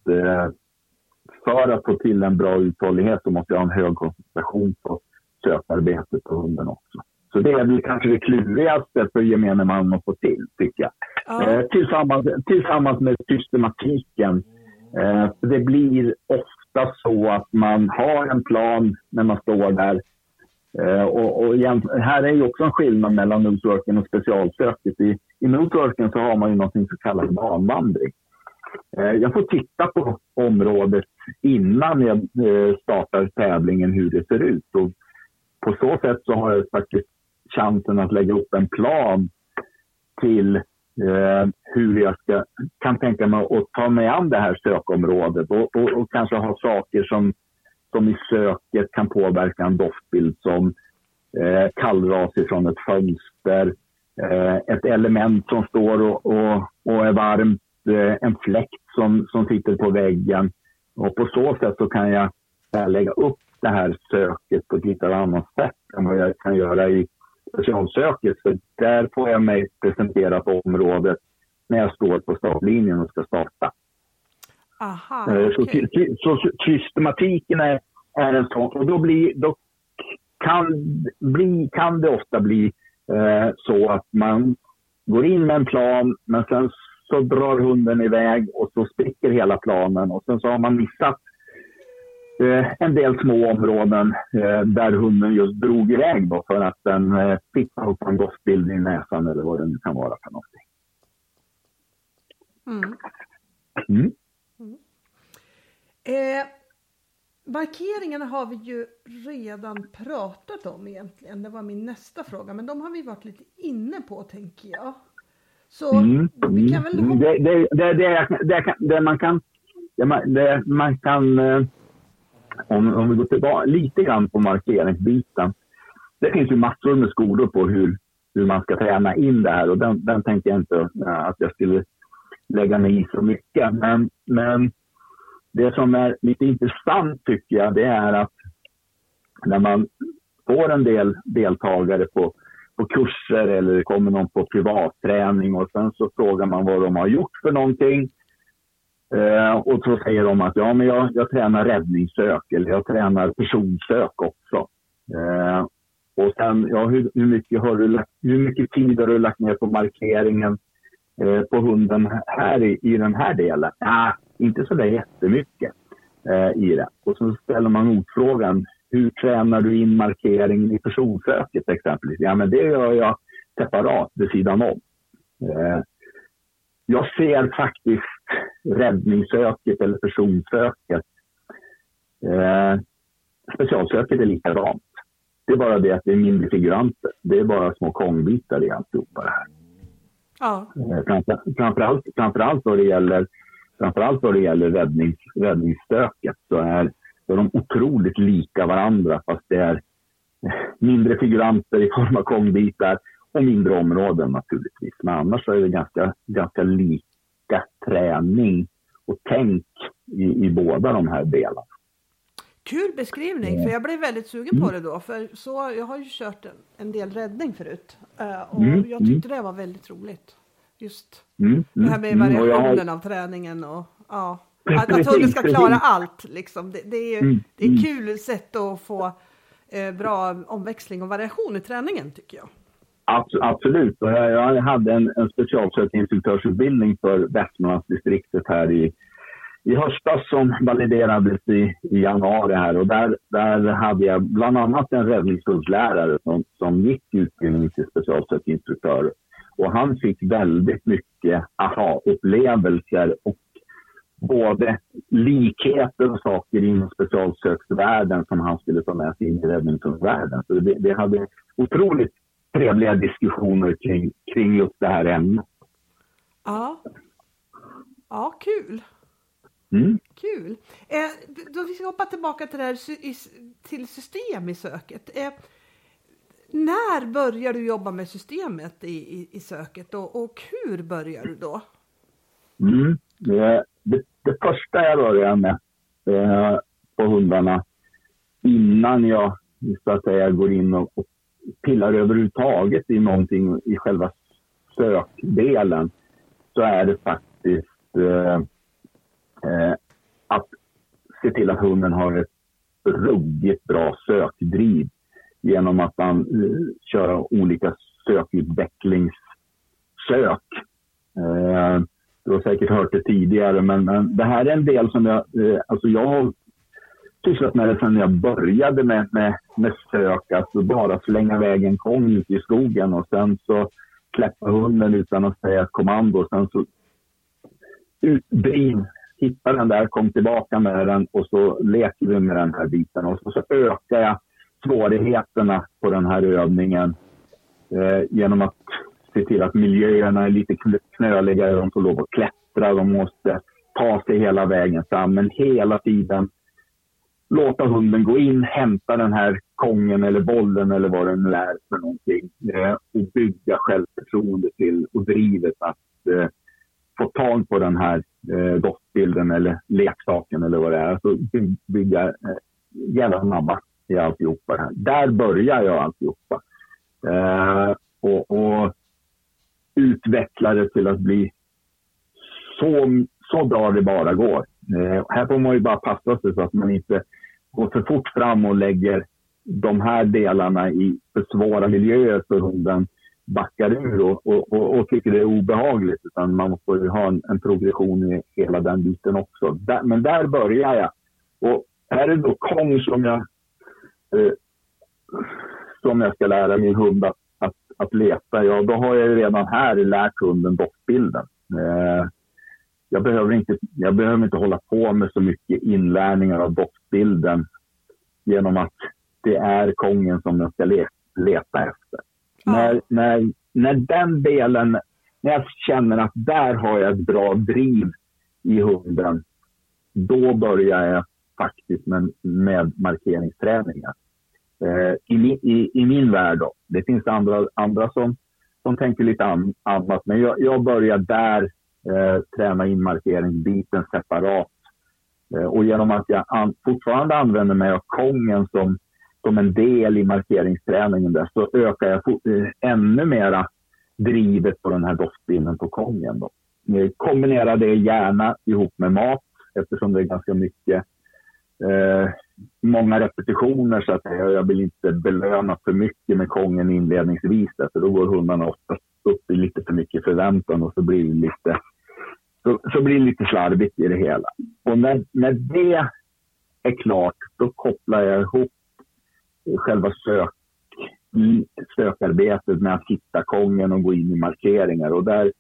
för att få till en bra uthållighet så måste jag ha en hög koncentration på sökarbetet på hunden också. Så det är kanske det klurigaste för gemene man att få till, tycker jag. Ja. Tillsammans med systematiken. Det blir ofta så att man har en plan när man står där. Och här är ju också en skillnad mellan noseworken och specialsöket. I noseworken så har man ju något så kallat banvandring. Jag får titta på området innan jag startar tävlingen hur det ser ut. Och på så sätt så har jag faktiskt chansen att lägga upp en plan till hur jag kan tänka mig att ta mig an det här sökområdet och kanske ha saker som i söket kan påverka en doftbild som kallras ifrån ett fönster, ett element som står och är varmt, en fläkt som sitter på väggen. Och på så sätt så kan jag lägga upp det här söket på ett lite annat sätt än vad jag kan göra i specialsöket. Så där får jag mig presentera på området när jag står på startlinjen och ska starta. Aha, okay. Så systematiken är en sån. Och då kan det ofta bli så att man går in med en plan men sen så drar hunden iväg och så spricker hela planen och sen så har man missat en del små områden där hunden just drog iväg då för att den fick upp en doftbild i näsan eller vad det nu kan vara för någonting. Markeringarna har vi ju redan pratat om egentligen. Det var min nästa fråga, men de har vi varit lite inne på, tänker jag. Så vi kan väl... Man kan om vi går tillbaka lite grann på markeringsbiten. Det finns ju massor med skolor på hur man ska träna in det här och den tänker jag inte att jag skulle lägga mig i så mycket. Men det som är lite intressant tycker jag, det är att när man får en del deltagare på kurser eller det kommer någon på privatträning och sen så frågar man vad de har gjort för någonting. Och så säger de att men jag tränar räddningssök eller jag tränar personsök också. Och sen, hur mycket tid har du lagt ner på markeringen på hunden här i den här delen? Inte så där jättemycket i det. Och så ställer man motfrågan, hur tränar du in markeringen i personsöket exempelvis? Men det gör jag separat vid sidan om. Jag ser faktiskt räddningssöket eller personsöket. Specialsöket är likadant. Det är bara det att det är mindre figuranter. Det är bara små kongbitar i alltihopa det här. Ja. Framförallt då det gäller räddningsstöket så är de otroligt lika varandra fast det är mindre figuranter i form av kongbitar och mindre områden naturligtvis. Men annars är det ganska lika träning och tänk i båda de här delarna. Kul beskrivning, för jag blev väldigt sugen på det då. För jag har ju kört en del räddning förut. Och jag tyckte det var väldigt roligt. Just det här med variationen av träningen. Och, att hunden ska klara allt. Liksom. Det är ett kul sätt att få bra omväxling och variation i träningen, tycker jag. Absolut. Och jag hade en specialsökinstruktörsutbildning för Västmanlandsdistriktet här i höstas som validerades i januari här, och där hade jag bland annat en räddningshundslärare som gick utbildning till specialsökinstruktör, och han fick väldigt mycket aha-upplevelser och både likheter och saker inom specialsöksvärlden som han skulle ta med sig in i räddningshundsvärlden. Så det hade otroligt trevliga diskussioner kring just det här ämnet. Ja, kul. Mm. Kul. Då vi ska hoppa tillbaka till det här till system i söket. När börjar du jobba med systemet i söket och hur börjar du då? Det första jag börjar med på hundarna innan jag så att säga går in och pillar överhuvudtaget i någonting i själva sökdelen, så är det faktiskt att se till att hunden har ett ruggigt bra sökdriv genom att man kör olika sökutvecklingssök. Du har säkert hört det tidigare, men det här är en del som jag har sysslat med det sedan jag började med sök. Alltså bara slänga iväg en kong ut i skogen och sen så släppa hunden utan att säga ett kommando. Och sen så utdriv, hitta den där, kom tillbaka med den och så leker vi med den här biten. Och så ökar jag svårigheterna på den här övningen genom att se till att miljöerna är lite knöligare. De får lov att klättra, de måste ta sig hela vägen fram. Men hela tiden låta hunden gå in, hämta den här kongen eller bollen eller vad den är för någonting. Och bygga självförtroende till och drivet att få tag på den här doftbilden eller leksaken eller vad det är. Så bygga jävla snabba i alltihopa det här. Där börjar jag alltihopa. Och utveckla det till att bli så bra det bara går. Här får man ju bara passa sig så att man inte går för fort fram och lägger de här delarna i för svåra miljöer så hunden backar ur och tycker det är obehagligt, utan man får ju ha en progression i hela den biten också. Men där börjar jag. Och här är då kong som jag ska lära min hund att leta. Ja, då har jag ju redan här lärt hunden doftbilden. Jag behöver inte hålla på med så mycket inlärningar av doftbilden genom att det är kongen som jag ska leta efter. När den delen, när jag känner att där har jag ett bra driv i hunden, då börjar jag faktiskt med markeringsträningar. I min värld då. Det finns andra som tänker lite annat, men jag börjar där träna in markeringsbiten separat. Och genom att jag fortfarande använder mig av kongen som en del i markeringsträningen där, så ökar jag ännu mera drivet på den här doftbilden på kongen då. Jag kombinerar det gärna ihop med mat, eftersom det är ganska mycket många repetitioner, så att jag vill inte belöna för mycket med kongen inledningsvis, för då går hundarna ofta upp i lite för mycket förväntan och så blir det lite slarvigt i det hela. Och när det är klart, då kopplar jag ihop själva sökarbetet med att hitta kongen och gå in i markeringar, och där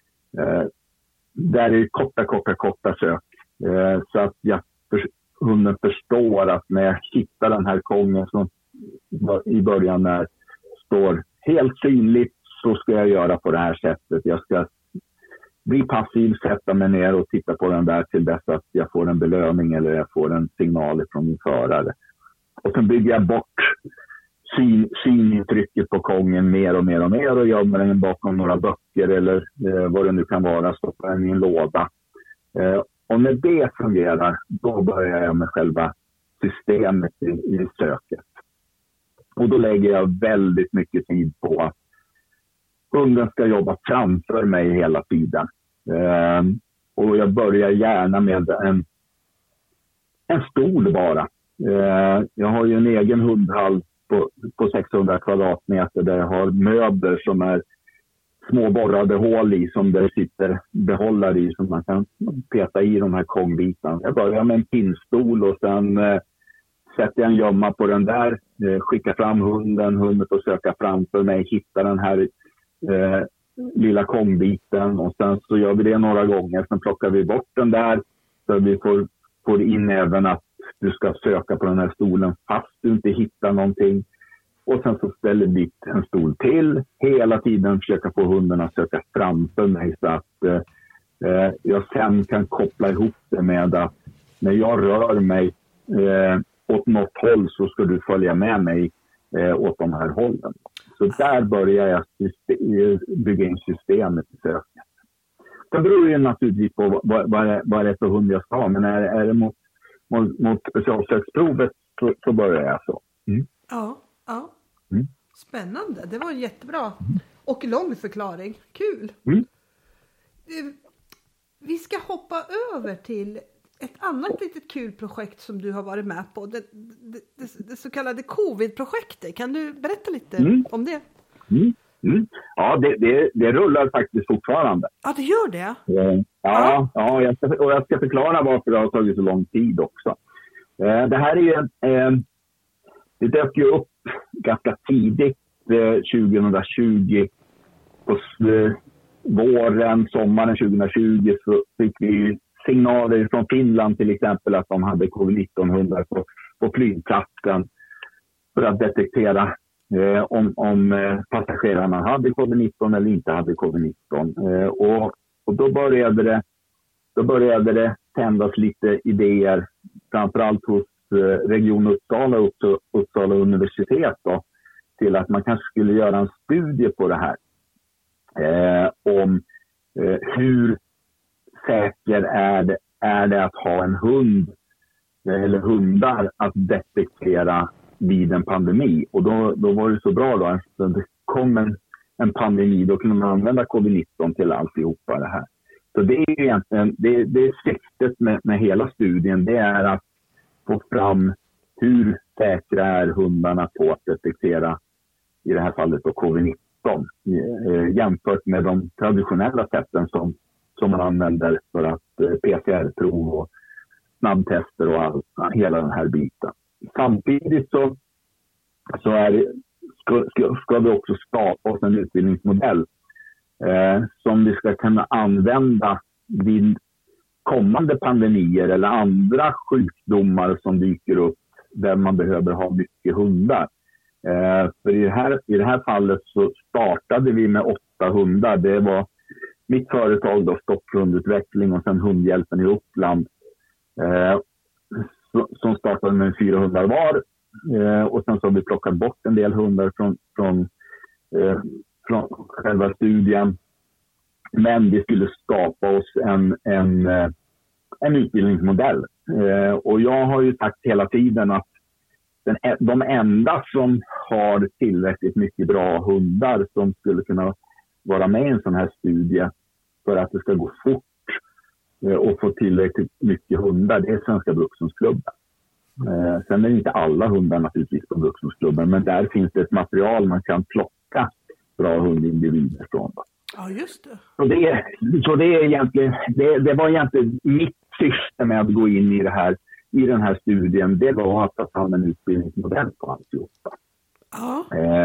är det korta sök, så att hunden förstår att när jag hittar den här kongen som i början när står helt synligt, så ska jag göra på det här sättet. Jag ska bli passiv, sätta mig ner och titta på den där till dess att jag får en belöning eller jag får en signal från min förare. Och sen bygger jag bort synintrycket på kongen mer och mer och gömmer den bakom några böcker eller vad det nu kan vara, stoppar den i en låda. Och när det fungerar, då börjar jag med själva systemet i söket. Och då lägger jag väldigt mycket tid på att hunden ska jobba framför mig hela tiden. Och jag börjar gärna med en stol bara. Jag har ju en egen hundhall på 600 kvadratmeter där jag har möbler som är små borrade hål i som det sitter behållare i som man kan peta i de här kongbitarna. Jag börjar med en pinnstol och sen sätter jag en gömma på den där, skickar fram hunden får söka framför mig, hitta den här lilla kongbiten och sen så gör vi det några gånger. Sen plockar vi bort den där så vi får in även att du ska söka på den här stolen fast du inte hittar någonting. Och sen så ställer vi en stol till. Hela tiden försöka få hunden att söka framför mig så att jag sen kan koppla ihop det med att när jag rör mig åt något håll så ska du följa med mig åt de här hållen. Så där börjar jag bygga in systemet i söket. Det beror ju naturligtvis på vad det är för hund jag ska ha. Men är det mot specialsöksprovet så börjar jag så. Mm. Ja. Spännande. Det var en jättebra och lång förklaring. Kul. Vi ska hoppa över till ett annat litet kul projekt som du har varit med på. Det så kallade covid-projektet. Kan du berätta lite om det? Ja, det rullar faktiskt fortfarande. Ja, det gör det? Ja, jag ska förklara varför det har tagit så lång tid också. Det här är det dök ju upp ganska tidigt 2020. På sommaren 2020 så fick vi signaler från Finland till exempel att de hade covid-19-hundar på flygplatsen för att detektera om passagerarna hade covid-19 eller inte hade covid-19. Och då började det tändas lite idéer, framförallt hos Region Uppsala och Uppsala universitet då, till att man kanske skulle göra en studie på det här. Om hur säker är det att ha en hund eller hundar att detektera vid en pandemi. Och då var det så bra då att det kom en pandemi, då kunde man använda covid-19 till alltihopa det här. Så det är egentligen det är syftet med hela studien, det är att få fram hur säkra är hundarna på att detektera i det här fallet då covid-19 jämfört med de traditionella sätten som man använder för att PCR-prov och snabbtester och hela den här biten. Samtidigt så ska vi också skapa oss en utbildningsmodell som vi ska kunna använda vid kommande pandemier eller andra sjukdomar som dyker upp där man behöver ha mycket hundar. För i det här fallet så startade vi med 8 hundar. Det var mitt företag då, Stopphundutveckling, och sen Hundhjälpen i Uppland som startade med 4 hundar var. Och sen så har vi plockat bort en del hundar från själva studien. Men vi skulle skapa oss en utbildningsmodell. Och jag har ju sagt hela tiden att de enda som har tillräckligt mycket bra hundar som skulle kunna vara med i en sån här studie för att det ska gå fort och få tillräckligt mycket hundar, det är Svenska Brukshundsklubben. Sen är det inte alla hundar naturligtvis på Brukshundsklubben, men där finns det ett material man kan plocka bra hundindivider från. Ja, just det. Så det är egentligen, det var egentligen mitt syfte med att gå in i den här studien. Det var att ta fram en utbildningsmodell på alltihopa. Ja.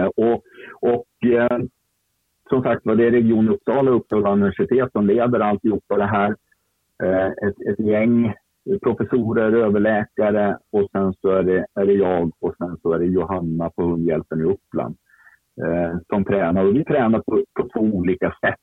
Som sagt var det Region Uppsala och Uppsala universitet som leder alltihopa det här. Ett gäng professorer, överläkare och sen så är det jag och sen så är det Johanna på Hundhjälpen i Uppland som tränar. Och vi tränar på 2 olika sätt.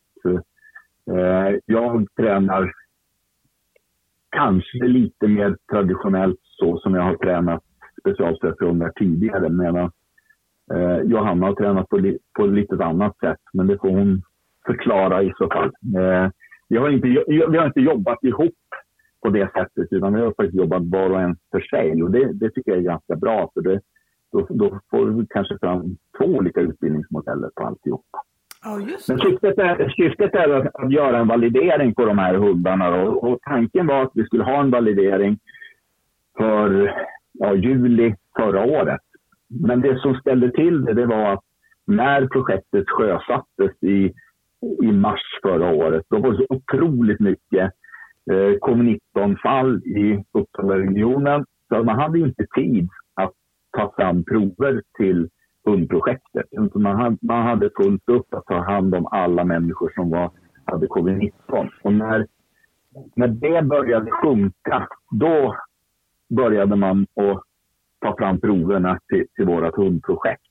Jag tränar kanske lite mer traditionellt så som jag har tränat specialsökhundar tidigare, medan Johanna har tränat på lite annat sätt, men det får hon förklara i så fall. Vi har inte jobbat ihop på det sättet, utan vi har faktiskt jobbat var och en för sig, och det tycker jag är ganska bra, för då får vi kanske fram 2 olika utbildningsmodeller på alltihopa. Ja, just det. Men syftet är att göra en validering på de här hundarna, och tanken var att vi skulle ha en validering för juli förra året. Men det som ställde till det var att när projektet sjösattes i mars förra året. Då var det så otroligt mycket covid-19-fall i Uppsala-regionen. Så man hade inte tid att ta fram prover till hundprojektet. Man hade fullt upp att ta hand om alla människor som hade covid-19. Och när det började sjunka, då började man att ta fram proverna till vårt hundprojekt.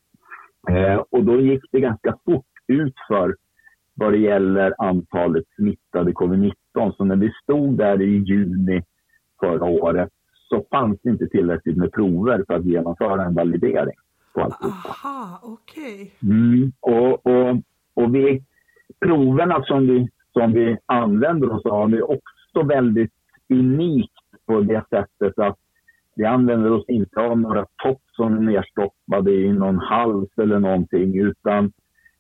Och då gick det ganska fort ut för vad det gäller antalet smittade covid-19. Så när vi stod där i juni förra året så fanns det inte tillräckligt med prover för att genomföra en validering på allt. Aha, okej. Och proverna som vi använder oss av är också väldigt unikt på det sättet att vi använder oss inte av några topp som är nedstoppade i någon hals eller någonting, utan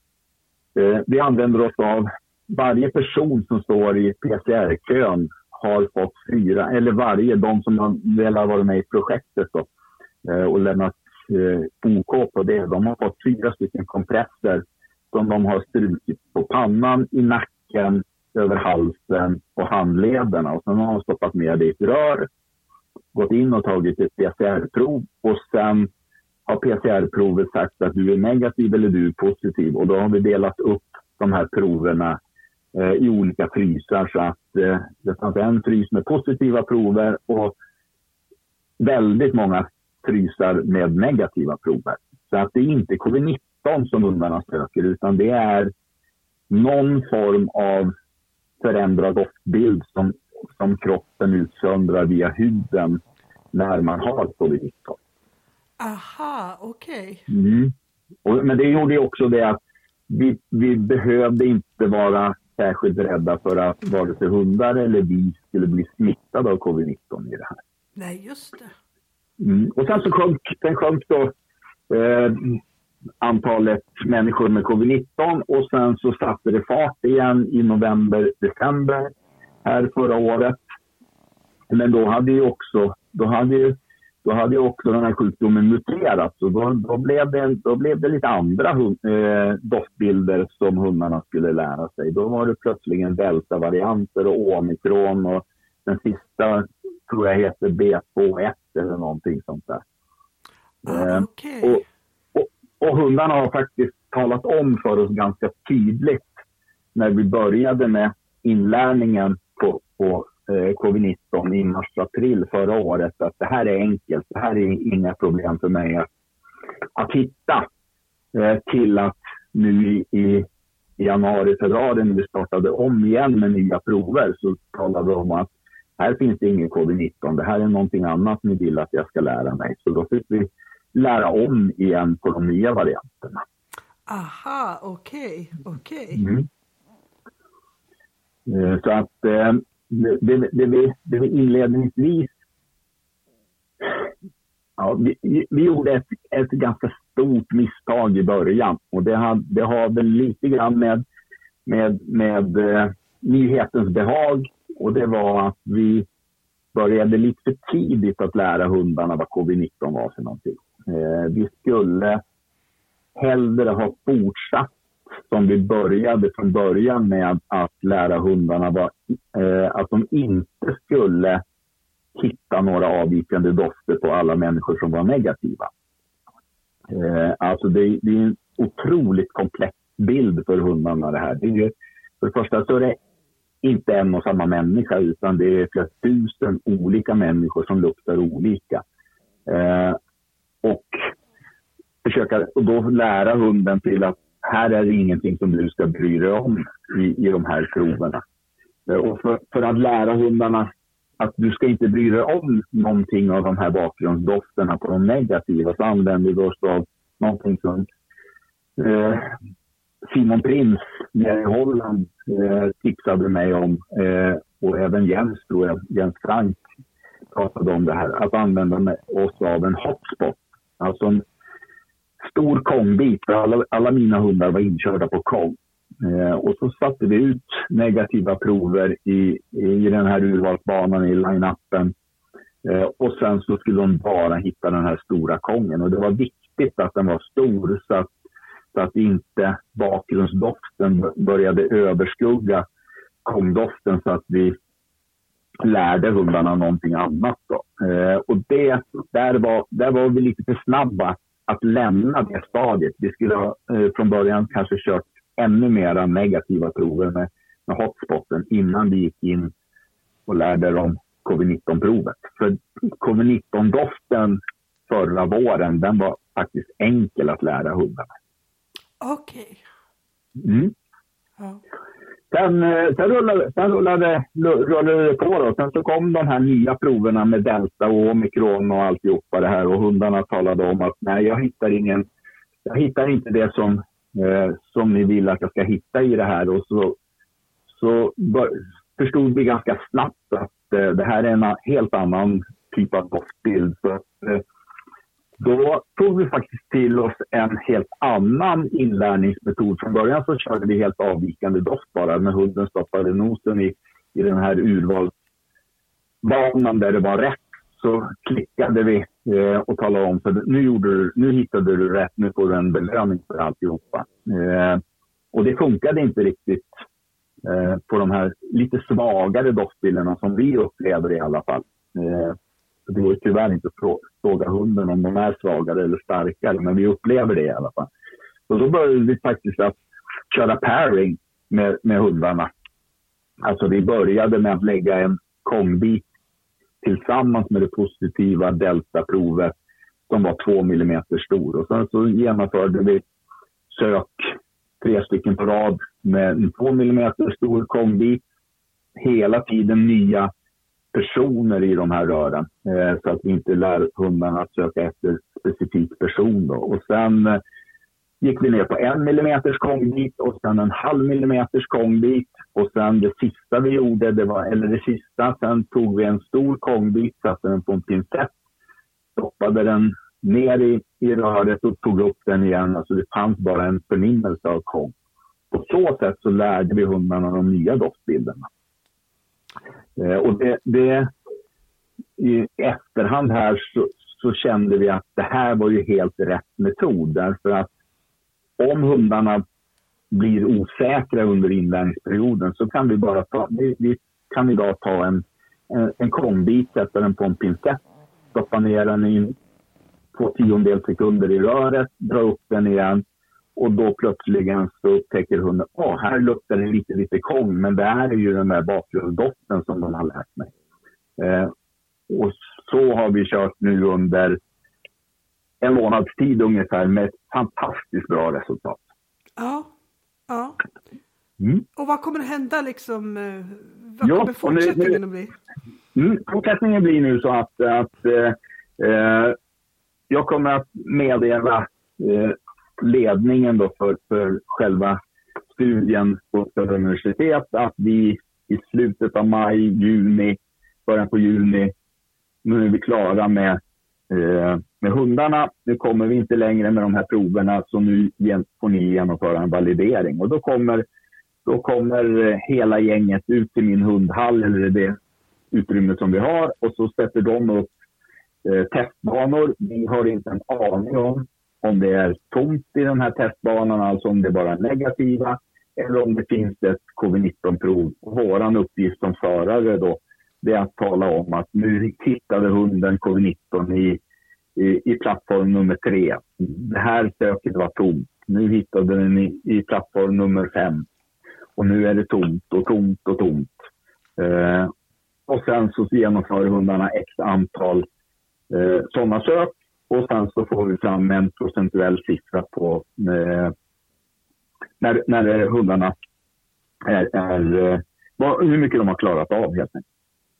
vi använder oss av varje person som står i PCR-kön har fått 4, eller de som har varit med i projektet då, och lämnat OK på det. De har fått 4 stycken kompresser som de har strukit på pannan, i nacken, över halsen och handlederna. Och sen har de stoppat med det i ett rör, gått in och tagit ett PCR-prov, och sen har PCR-provet sagt att du är negativ eller du är positiv. Och då har vi delat upp de här proverna i olika frysar, så att det fanns en frys med positiva prover och väldigt många frysar med negativa prover. Så att det är inte covid-19 som hundarna söker, utan det är någon form av förändrad doftbild som kroppen utsöndrar via huden när man har covid-19. Aha, okej. Men det gjorde ju också det att vi behövde inte vara särskilt rädda för att vare sig hundar eller vi skulle bli smittade av covid-19 i det här. Nej, just det. Och sen så sjönk då antalet människor med covid-19, och sen så satte det fart igen i november, december här förra året. Men då hade ju också den här sjukdomen muterat, och då blev det lite andra doftbilder som hundarna skulle lära sig. Då var det plötsligen delta-varianter och omikron, och den sista tror jag heter B21 eller någonting sånt där. Okay. Och hundarna har faktiskt talat om för oss ganska tydligt när vi började med inlärningen på covid-19 i mars-april förra året, att det här är enkelt, det här är inga problem för mig att hitta, till att nu i januari-februari när vi startade om igen med nya prover, så talade de om att här finns det ingen covid-19, det här är någonting annat ni vill att jag ska lära mig. Så då fick vi lära om igen på de nya varianterna. Aha, okej. Så att det vi inledningsvis, vi gjorde ett ganska stort misstag i början, och det har väl lite grann med nyhetens behag, och det var att vi började lite för tidigt att lära hundarna vad covid-19 var för någonting. Vi skulle hellre ha fortsatt som vi började från början med att lära hundarna att de inte skulle hitta några avvikande dofter på alla människor som var negativa. Alltså det är en otroligt komplex bild för hundarna det här. Det är ju, för det första så är det inte en och samma människa, utan det är flera tusen olika människor som luktar olika. Och försöka då lära hunden till att här är det ingenting som du ska bry dig om i de här proverna. Och för att lära hundarna att du ska inte bry dig om någonting av de här bakgrundsdofterna på de negativa, så använder vi oss av någonting som Simon Prins nere i Holland tipsade mig om, och även Jens, tror jag, Jens Frank pratade om det här, att använda oss av en hotspot, alltså en stor kongbit, för alla mina hundar var inkörda på kong. Och så satte vi ut negativa prover i den här urvalsbanan i line-upen, och sen så skulle de bara hitta den här stora kongen, och det var viktigt att den var stor så så att inte bakgrundsdoften började överskugga kongdoften så att vi lärde hundarna någonting annat då. Och där var vi lite för snabba att lämna det stadiet. Vi skulle ha från början kanske kört ännu mera negativa prover med hotspoten innan vi gick in och lärde dem covid-19-provet. För covid-19-doften förra våren, den var faktiskt enkel att lära hundarna. Okej. Mm. Ja. Sen rullade det på då. Sen så kom de här nya proverna med delta och omikron och alltihopa det här. Och hundarna talade om att nej, jag hittar inte det som ni vill att jag ska hitta i det här. Och så förstod vi ganska snabbt att det här är en helt annan typ av doftbild. Så då tog vi faktiskt till oss en helt annan inlärningsmetod. Från början så körde vi helt avvikande doft bara. När hunden stoppade nosen i den här urvalsbanan där det var rätt, så klickade vi och talade om för nu hittade du rätt, nu får du en belöning för alltihopa. Och det funkade inte riktigt på de här lite svagare doftbilderna som vi upplever i alla fall. Det går tyvärr inte att fråga hunden om de är svagare eller starkare, men vi upplever det i alla fall. Och då började vi faktiskt att köra pairing med hundarna. Alltså vi började med att lägga en kongbit tillsammans med det positiva deltaprovet som var 2 millimeter stor. Och sen så genomförde vi sök 3 stycken på rad med en 2 millimeter stor kongbit. Hela tiden nya personer i de här rören, så att vi inte lär hundarna att söka efter specifik person då. Och sen gick vi ner på 1 millimeters kongbit och sen en 0,5 millimeters kongbit, och sen det sista vi gjorde, sen tog vi en stor kongbit, satte den på en pincett, stoppade den ner i röret och tog upp den igen. Alltså det fanns bara en förnimmelse av kong. På så sätt så lärde vi hundarna de nya doftbilderna. Och det i efterhand här så kände vi att det här var ju helt rätt metod. Därför att om hundarna blir osäkra under inlärningsperioden så kan vi kan idag ta en kongbit, sätta den på en pincett, stoppa ner den i 0,2 sekunder i röret, dra upp den igen. Och då plötsligen så upptäcker hunden, här luktar det lite kong, men det är ju den där bakgrundsdoften som de har lärt mig. Och så har vi kört nu under en månads tid ungefär med ett fantastiskt bra resultat. Ja. Mm. Och vad kommer att hända liksom? Vad kommer fortsättningen att bli? Fortsättningen blir nu så att jag kommer att meddela ledningen då för själva studien på Södra universitet att vi i slutet av maj, juni, början på juni, nu är vi klara med hundarna. Nu kommer vi inte längre med de här proverna, så nu får ni genomföra en validering. Och då kommer hela gänget ut till min hundhall, eller det utrymme som vi har, och så sätter de upp testbanor. Vi har inte en aning om det är tomt i den här testbanan, alltså om det bara är negativa, eller om det finns ett covid-19-prov. Våran uppgift som förare då, det är att tala om att nu hittade hunden covid-19 i plattform nummer 3. Det här söket var tomt. Nu hittade den i plattform nummer 5. Och nu är det tomt. Och sen så genomför hundarna x antal sådana sök. Och sen så får vi fram en procentuell siffra på när hundarna är hur mycket de har klarat av helt enkelt.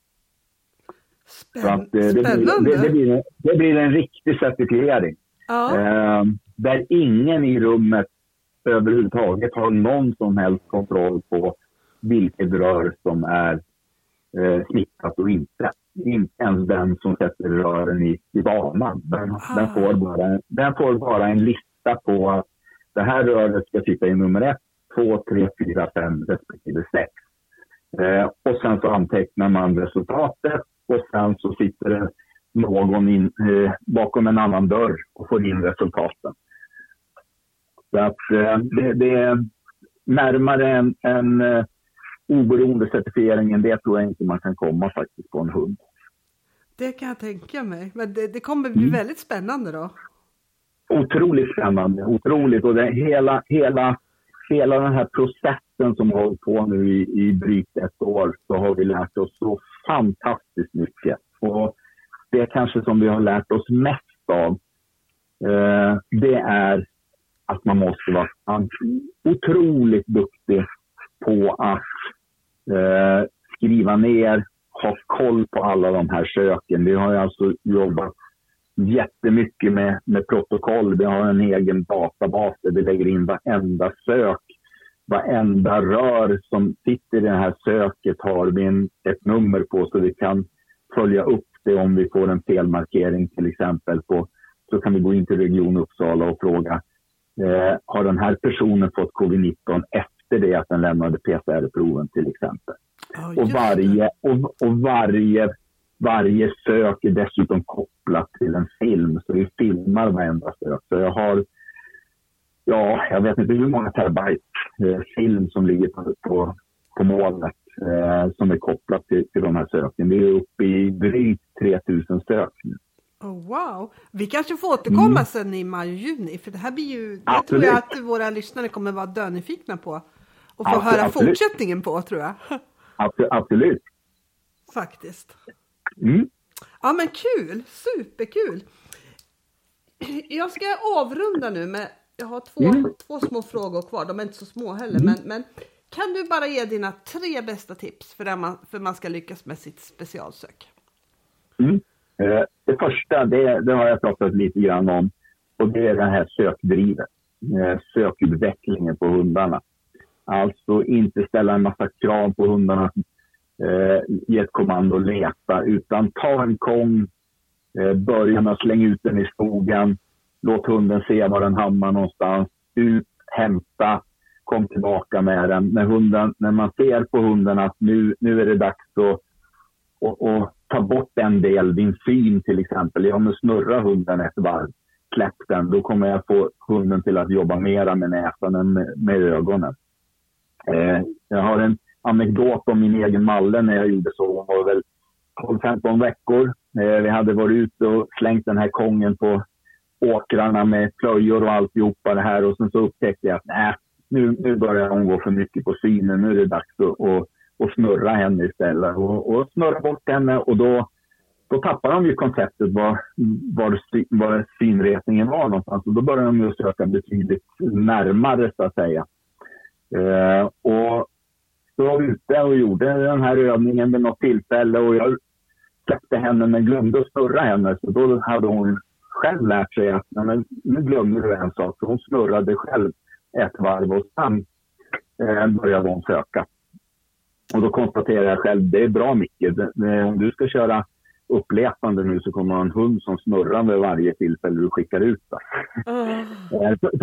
Spännande. Det blir en riktig certifiering. Ja. Där ingen i rummet överhuvudtaget har någon som helst kontroll på vilket rör som är smittat och inte. Inte ens den som sätter rören i banan. Den får bara en lista på att det här röret ska sitta i nummer 1, 2, 3, 4, 5 respektive 6. Och sen så antecknar man resultatet, och sen så sitter det någon bakom en annan dörr och får in resultaten. Så att det är närmare en oberoende certifieringen, det tror jag inte man kan komma faktiskt på en hund. Det kan jag tänka mig. Men det kommer bli väldigt spännande då. Otroligt spännande. Otroligt. Och hela den här processen som har hållit på nu i drygt ett år, så har vi lärt oss så fantastiskt mycket. Och det kanske som vi har lärt oss mest av, det är att man måste vara otroligt duktig på att skriva ner, ha koll på alla de här söken. Vi har ju alltså jobbat jättemycket med protokoll. Vi har en egen databas där vi lägger in varenda sök. Varenda rör som sitter i det här söket har vi ett nummer på, så vi kan följa upp det om vi får en felmarkering till exempel. Så kan vi gå in till Region Uppsala och fråga, har den här personen fått covid-19 efter det att den lämnade PCR-proven till exempel. Och varje sök är dessutom kopplat till en film, så vi filmar varenda sök. Så jag har, jag vet inte hur många terabyte film som ligger på molnet som är kopplat till de här söken. Vi är uppe i drygt 3000 sök nu. Oh, wow. Vi kanske får återkomma sen i maj och juni, för det här blir ju, det tror jag att våra lyssnare kommer vara dönyfikna på och få höra fortsättningen på, tror jag. Absolut. Faktiskt. Mm. Ja, men kul, superkul. Jag ska avrunda nu med, jag har två små frågor kvar, de är inte så små heller, men kan du bara ge dina 3 bästa tips för man ska lyckas med sitt specialsök? Det första, det har jag pratat lite grann om, och det är det här sökdrivet, sökutvecklingen på hundarna. Alltså inte ställa en massa krav på hundarna, ge ett kommando och leta, utan ta en kong, börja med att slänga ut den i skogen, låt hunden se var den hamnar någonstans, ut, hämta, kom tillbaka med den. När man ser på hunden att nu är det dags att ta bort en del, din syn till exempel. Jag kommer snurra hunden ett varv, släpp den, då kommer jag få hunden till att jobba mera med näsan än med ögonen. Jag har en anekdot om min egen Malle när jag gjorde så. Hon var väl 12-15 veckor. Vi hade varit ute och slängt den här kongen på åkrarna med plöjor och alltihopa det här, och sen så upptäckte jag att nu börjar hon gå för mycket på synen. Nu är det dags att snurra henne istället och snurra bort henne, och då tappar de ju konceptet var synretningen var någonstans, och då börjar de ju söka betydligt närmare så att säga. Och så var vi ute och gjorde den här övningen vid något tillfälle, och jag släppte henne men glömde att snurra henne, så då hade hon själv lärt sig att nu glömde du en sak, så hon snurrade själv ett varv och sen började hon söka. Och då konstaterar jag själv, det är bra mycket. Om du ska köra uppletande nu så kommer en hund som snurrar vid varje tillfälle du skickar ut. Så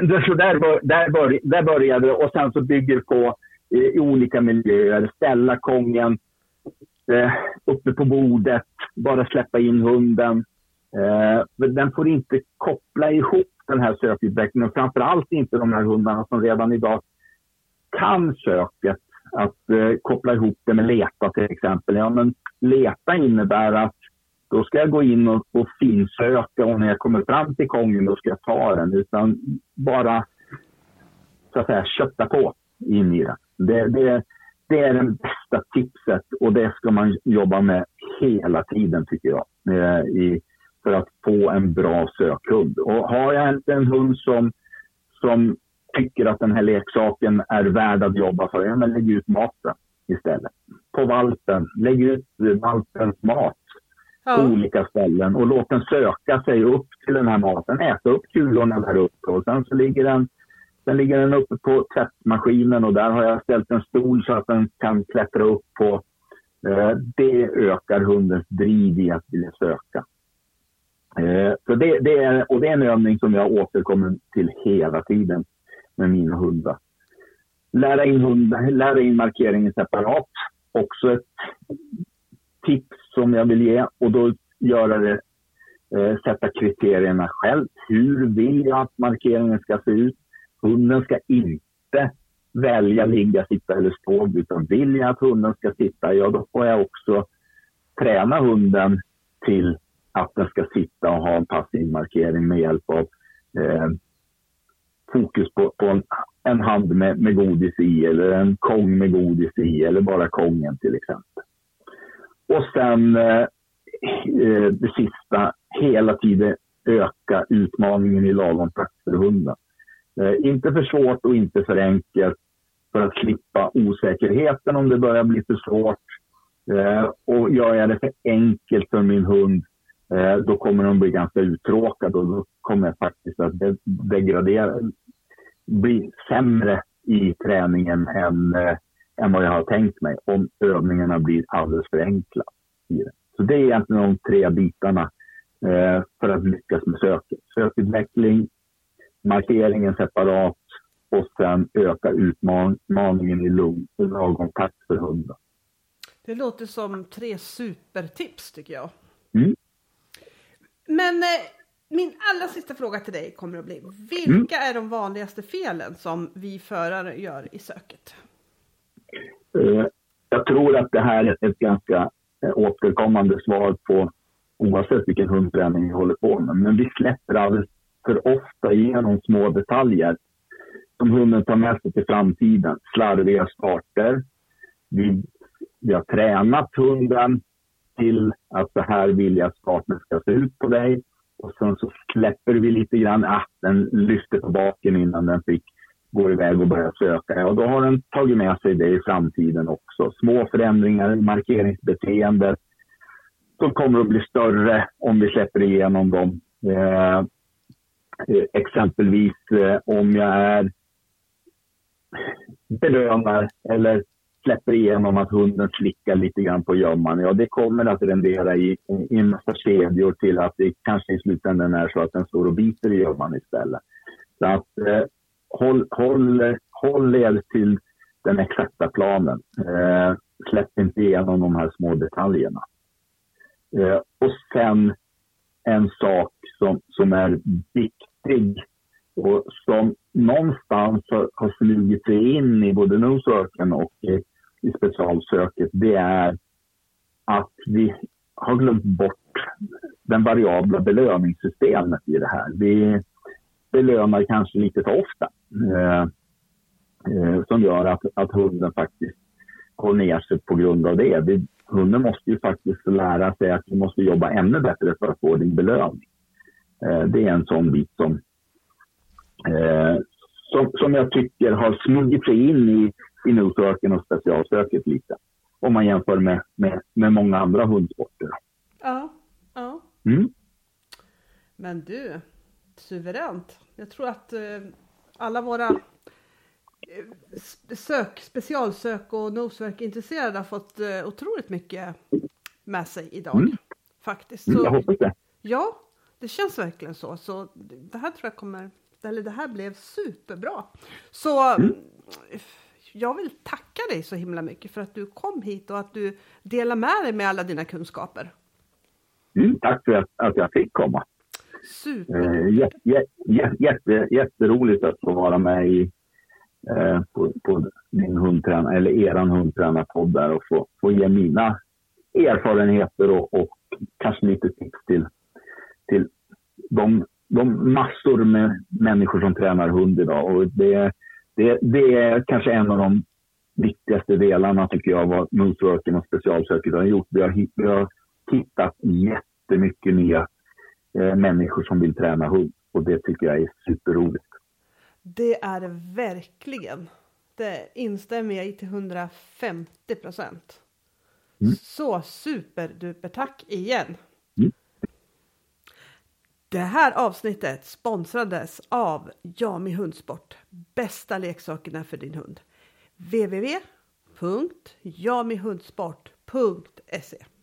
där började det, och sen så bygger på i olika miljöer, ställa kongen uppe på bordet, bara släppa in hunden. Den får inte koppla ihop den här sökutvecklingen, framförallt inte de här hundarna som redan idag kan söket, att koppla ihop det med leta till exempel. Ja, men leta innebär att då ska jag gå in och finsöka, och när jag kommer fram till kongen då ska jag ta den, utan bara så att säga kötta på in i den. Det är det bästa tipset, och det ska man jobba med hela tiden tycker jag, för att få en bra sökhund. Och har jag inte en hund som tycker att den här leksaken är värd att jobba för, men lägg ut maten istället. På valpen, lägg ut valpens mat på olika ställen och låt den söka sig upp till den här maten, äta upp kulorna där uppe, och sen så ligger den uppe på tvättmaskinen, och där har jag ställt en stol så att den kan klättra upp på. Det ökar hundens driv i att vilja söka. Så det är en övning som jag återkommer till hela tiden med mina hundar. Lära in markeringen separat. Också ett tips som jag vill ge, och då göra det, sätta kriterierna själv. Hur vill jag att markeringen ska se ut? hunden ska inte välja ligga, sitta eller stå, utan vill jag att hunden ska sitta, ja då får jag också träna hunden till att den ska sitta och ha en passiv markering med hjälp av fokus på en hand med godis i, eller en kong med godis i, eller bara kongen till exempel. Och sen det sista, hela tiden öka utmaningen i lagom takt för hunden. Inte för svårt och inte för enkelt, för att slippa osäkerheten om det börjar bli för svårt. Och gör jag det för enkelt för min hund, då kommer de bli ganska uttråkad och då kommer jag faktiskt att degradera, bli sämre i träningen än vad jag har tänkt mig, om övningarna blir alldeles för enkla. Så det är egentligen de 3 bitarna för att lyckas med söket. Sökutveckling, markeringen separat och sen öka utmaningen i lagom takt för hunden. Det låter som 3 supertips tycker jag. Mm. Men min allra sista fråga till dig kommer att bli: vilka är de vanligaste felen som vi förare gör i söket? Jag tror att det här är ett ganska återkommande svar på oavsett vilken hundträning vi håller på med. Men vi släpper alldeles för ofta igenom små detaljer som hunden tar med sig till framtiden. Slarviga starter. Vi har tränat hunden till att så här vill jag att starten ska se ut på dig. Och sen så släpper vi lite grann att den lyfter på baken innan den fick gå iväg och börja söka. Och då har den tagit med sig det i framtiden också. Små förändringar i markeringsbeteendet som kommer att bli större om vi släpper igenom dem. Exempelvis om jag belönar eller släpper igenom att hunden slickar lite grann på gömman. Ja, det kommer att rendera i en massa kedjor till att det kanske i slutändan är så att den står och biter i gömman istället. Så att håll er till den exakta planen. Släpp inte igenom de här små detaljerna. Och sen en sak som är viktig och som någonstans har smugit sig in i både nosworken och i specialsöket, det är att vi har glömt bort den variabla belöningssystemet i det här. Vi belönar kanske lite för ofta som gör att hunden faktiskt går ner sig på grund av det. Hunden måste ju faktiskt lära sig att vi måste jobba ännu bättre för att få din belöning. Det är en sån bit som jag tycker har smugit sig in i nosworken och specialsöket lite. Om man jämför med många andra hundsporter. Ja. Mm. Men du, suveränt. Jag tror att alla våra specialsök och noswork intresserade har fått otroligt mycket med sig idag. Faktiskt. Så, jag hoppas det. Ja, det känns verkligen så. Så det här tror jag det här blev superbra. Så jag vill tacka dig så himla mycket för att du kom hit och att du delar med dig med alla dina kunskaper. Tack för att jag fick komma. Super. Jätteroligt att få vara med på din hundtränar eller eran hundtränarpodd där och få ge mina erfarenheter och kanske lite tips till de massor med människor som tränar hund idag. Och det är kanske en av de viktigaste delarna tycker jag vad nosworken och specialsöket har gjort. Vi har hittat jättemycket nya människor som vill träna hund och det tycker jag är superroligt. Det är det verkligen. Det instämmer jag i till 150%. Så superduper tack igen. Det här avsnittet sponsrades av Jami Hundsport. Bästa leksakerna för din hund. www.jamihundsport.se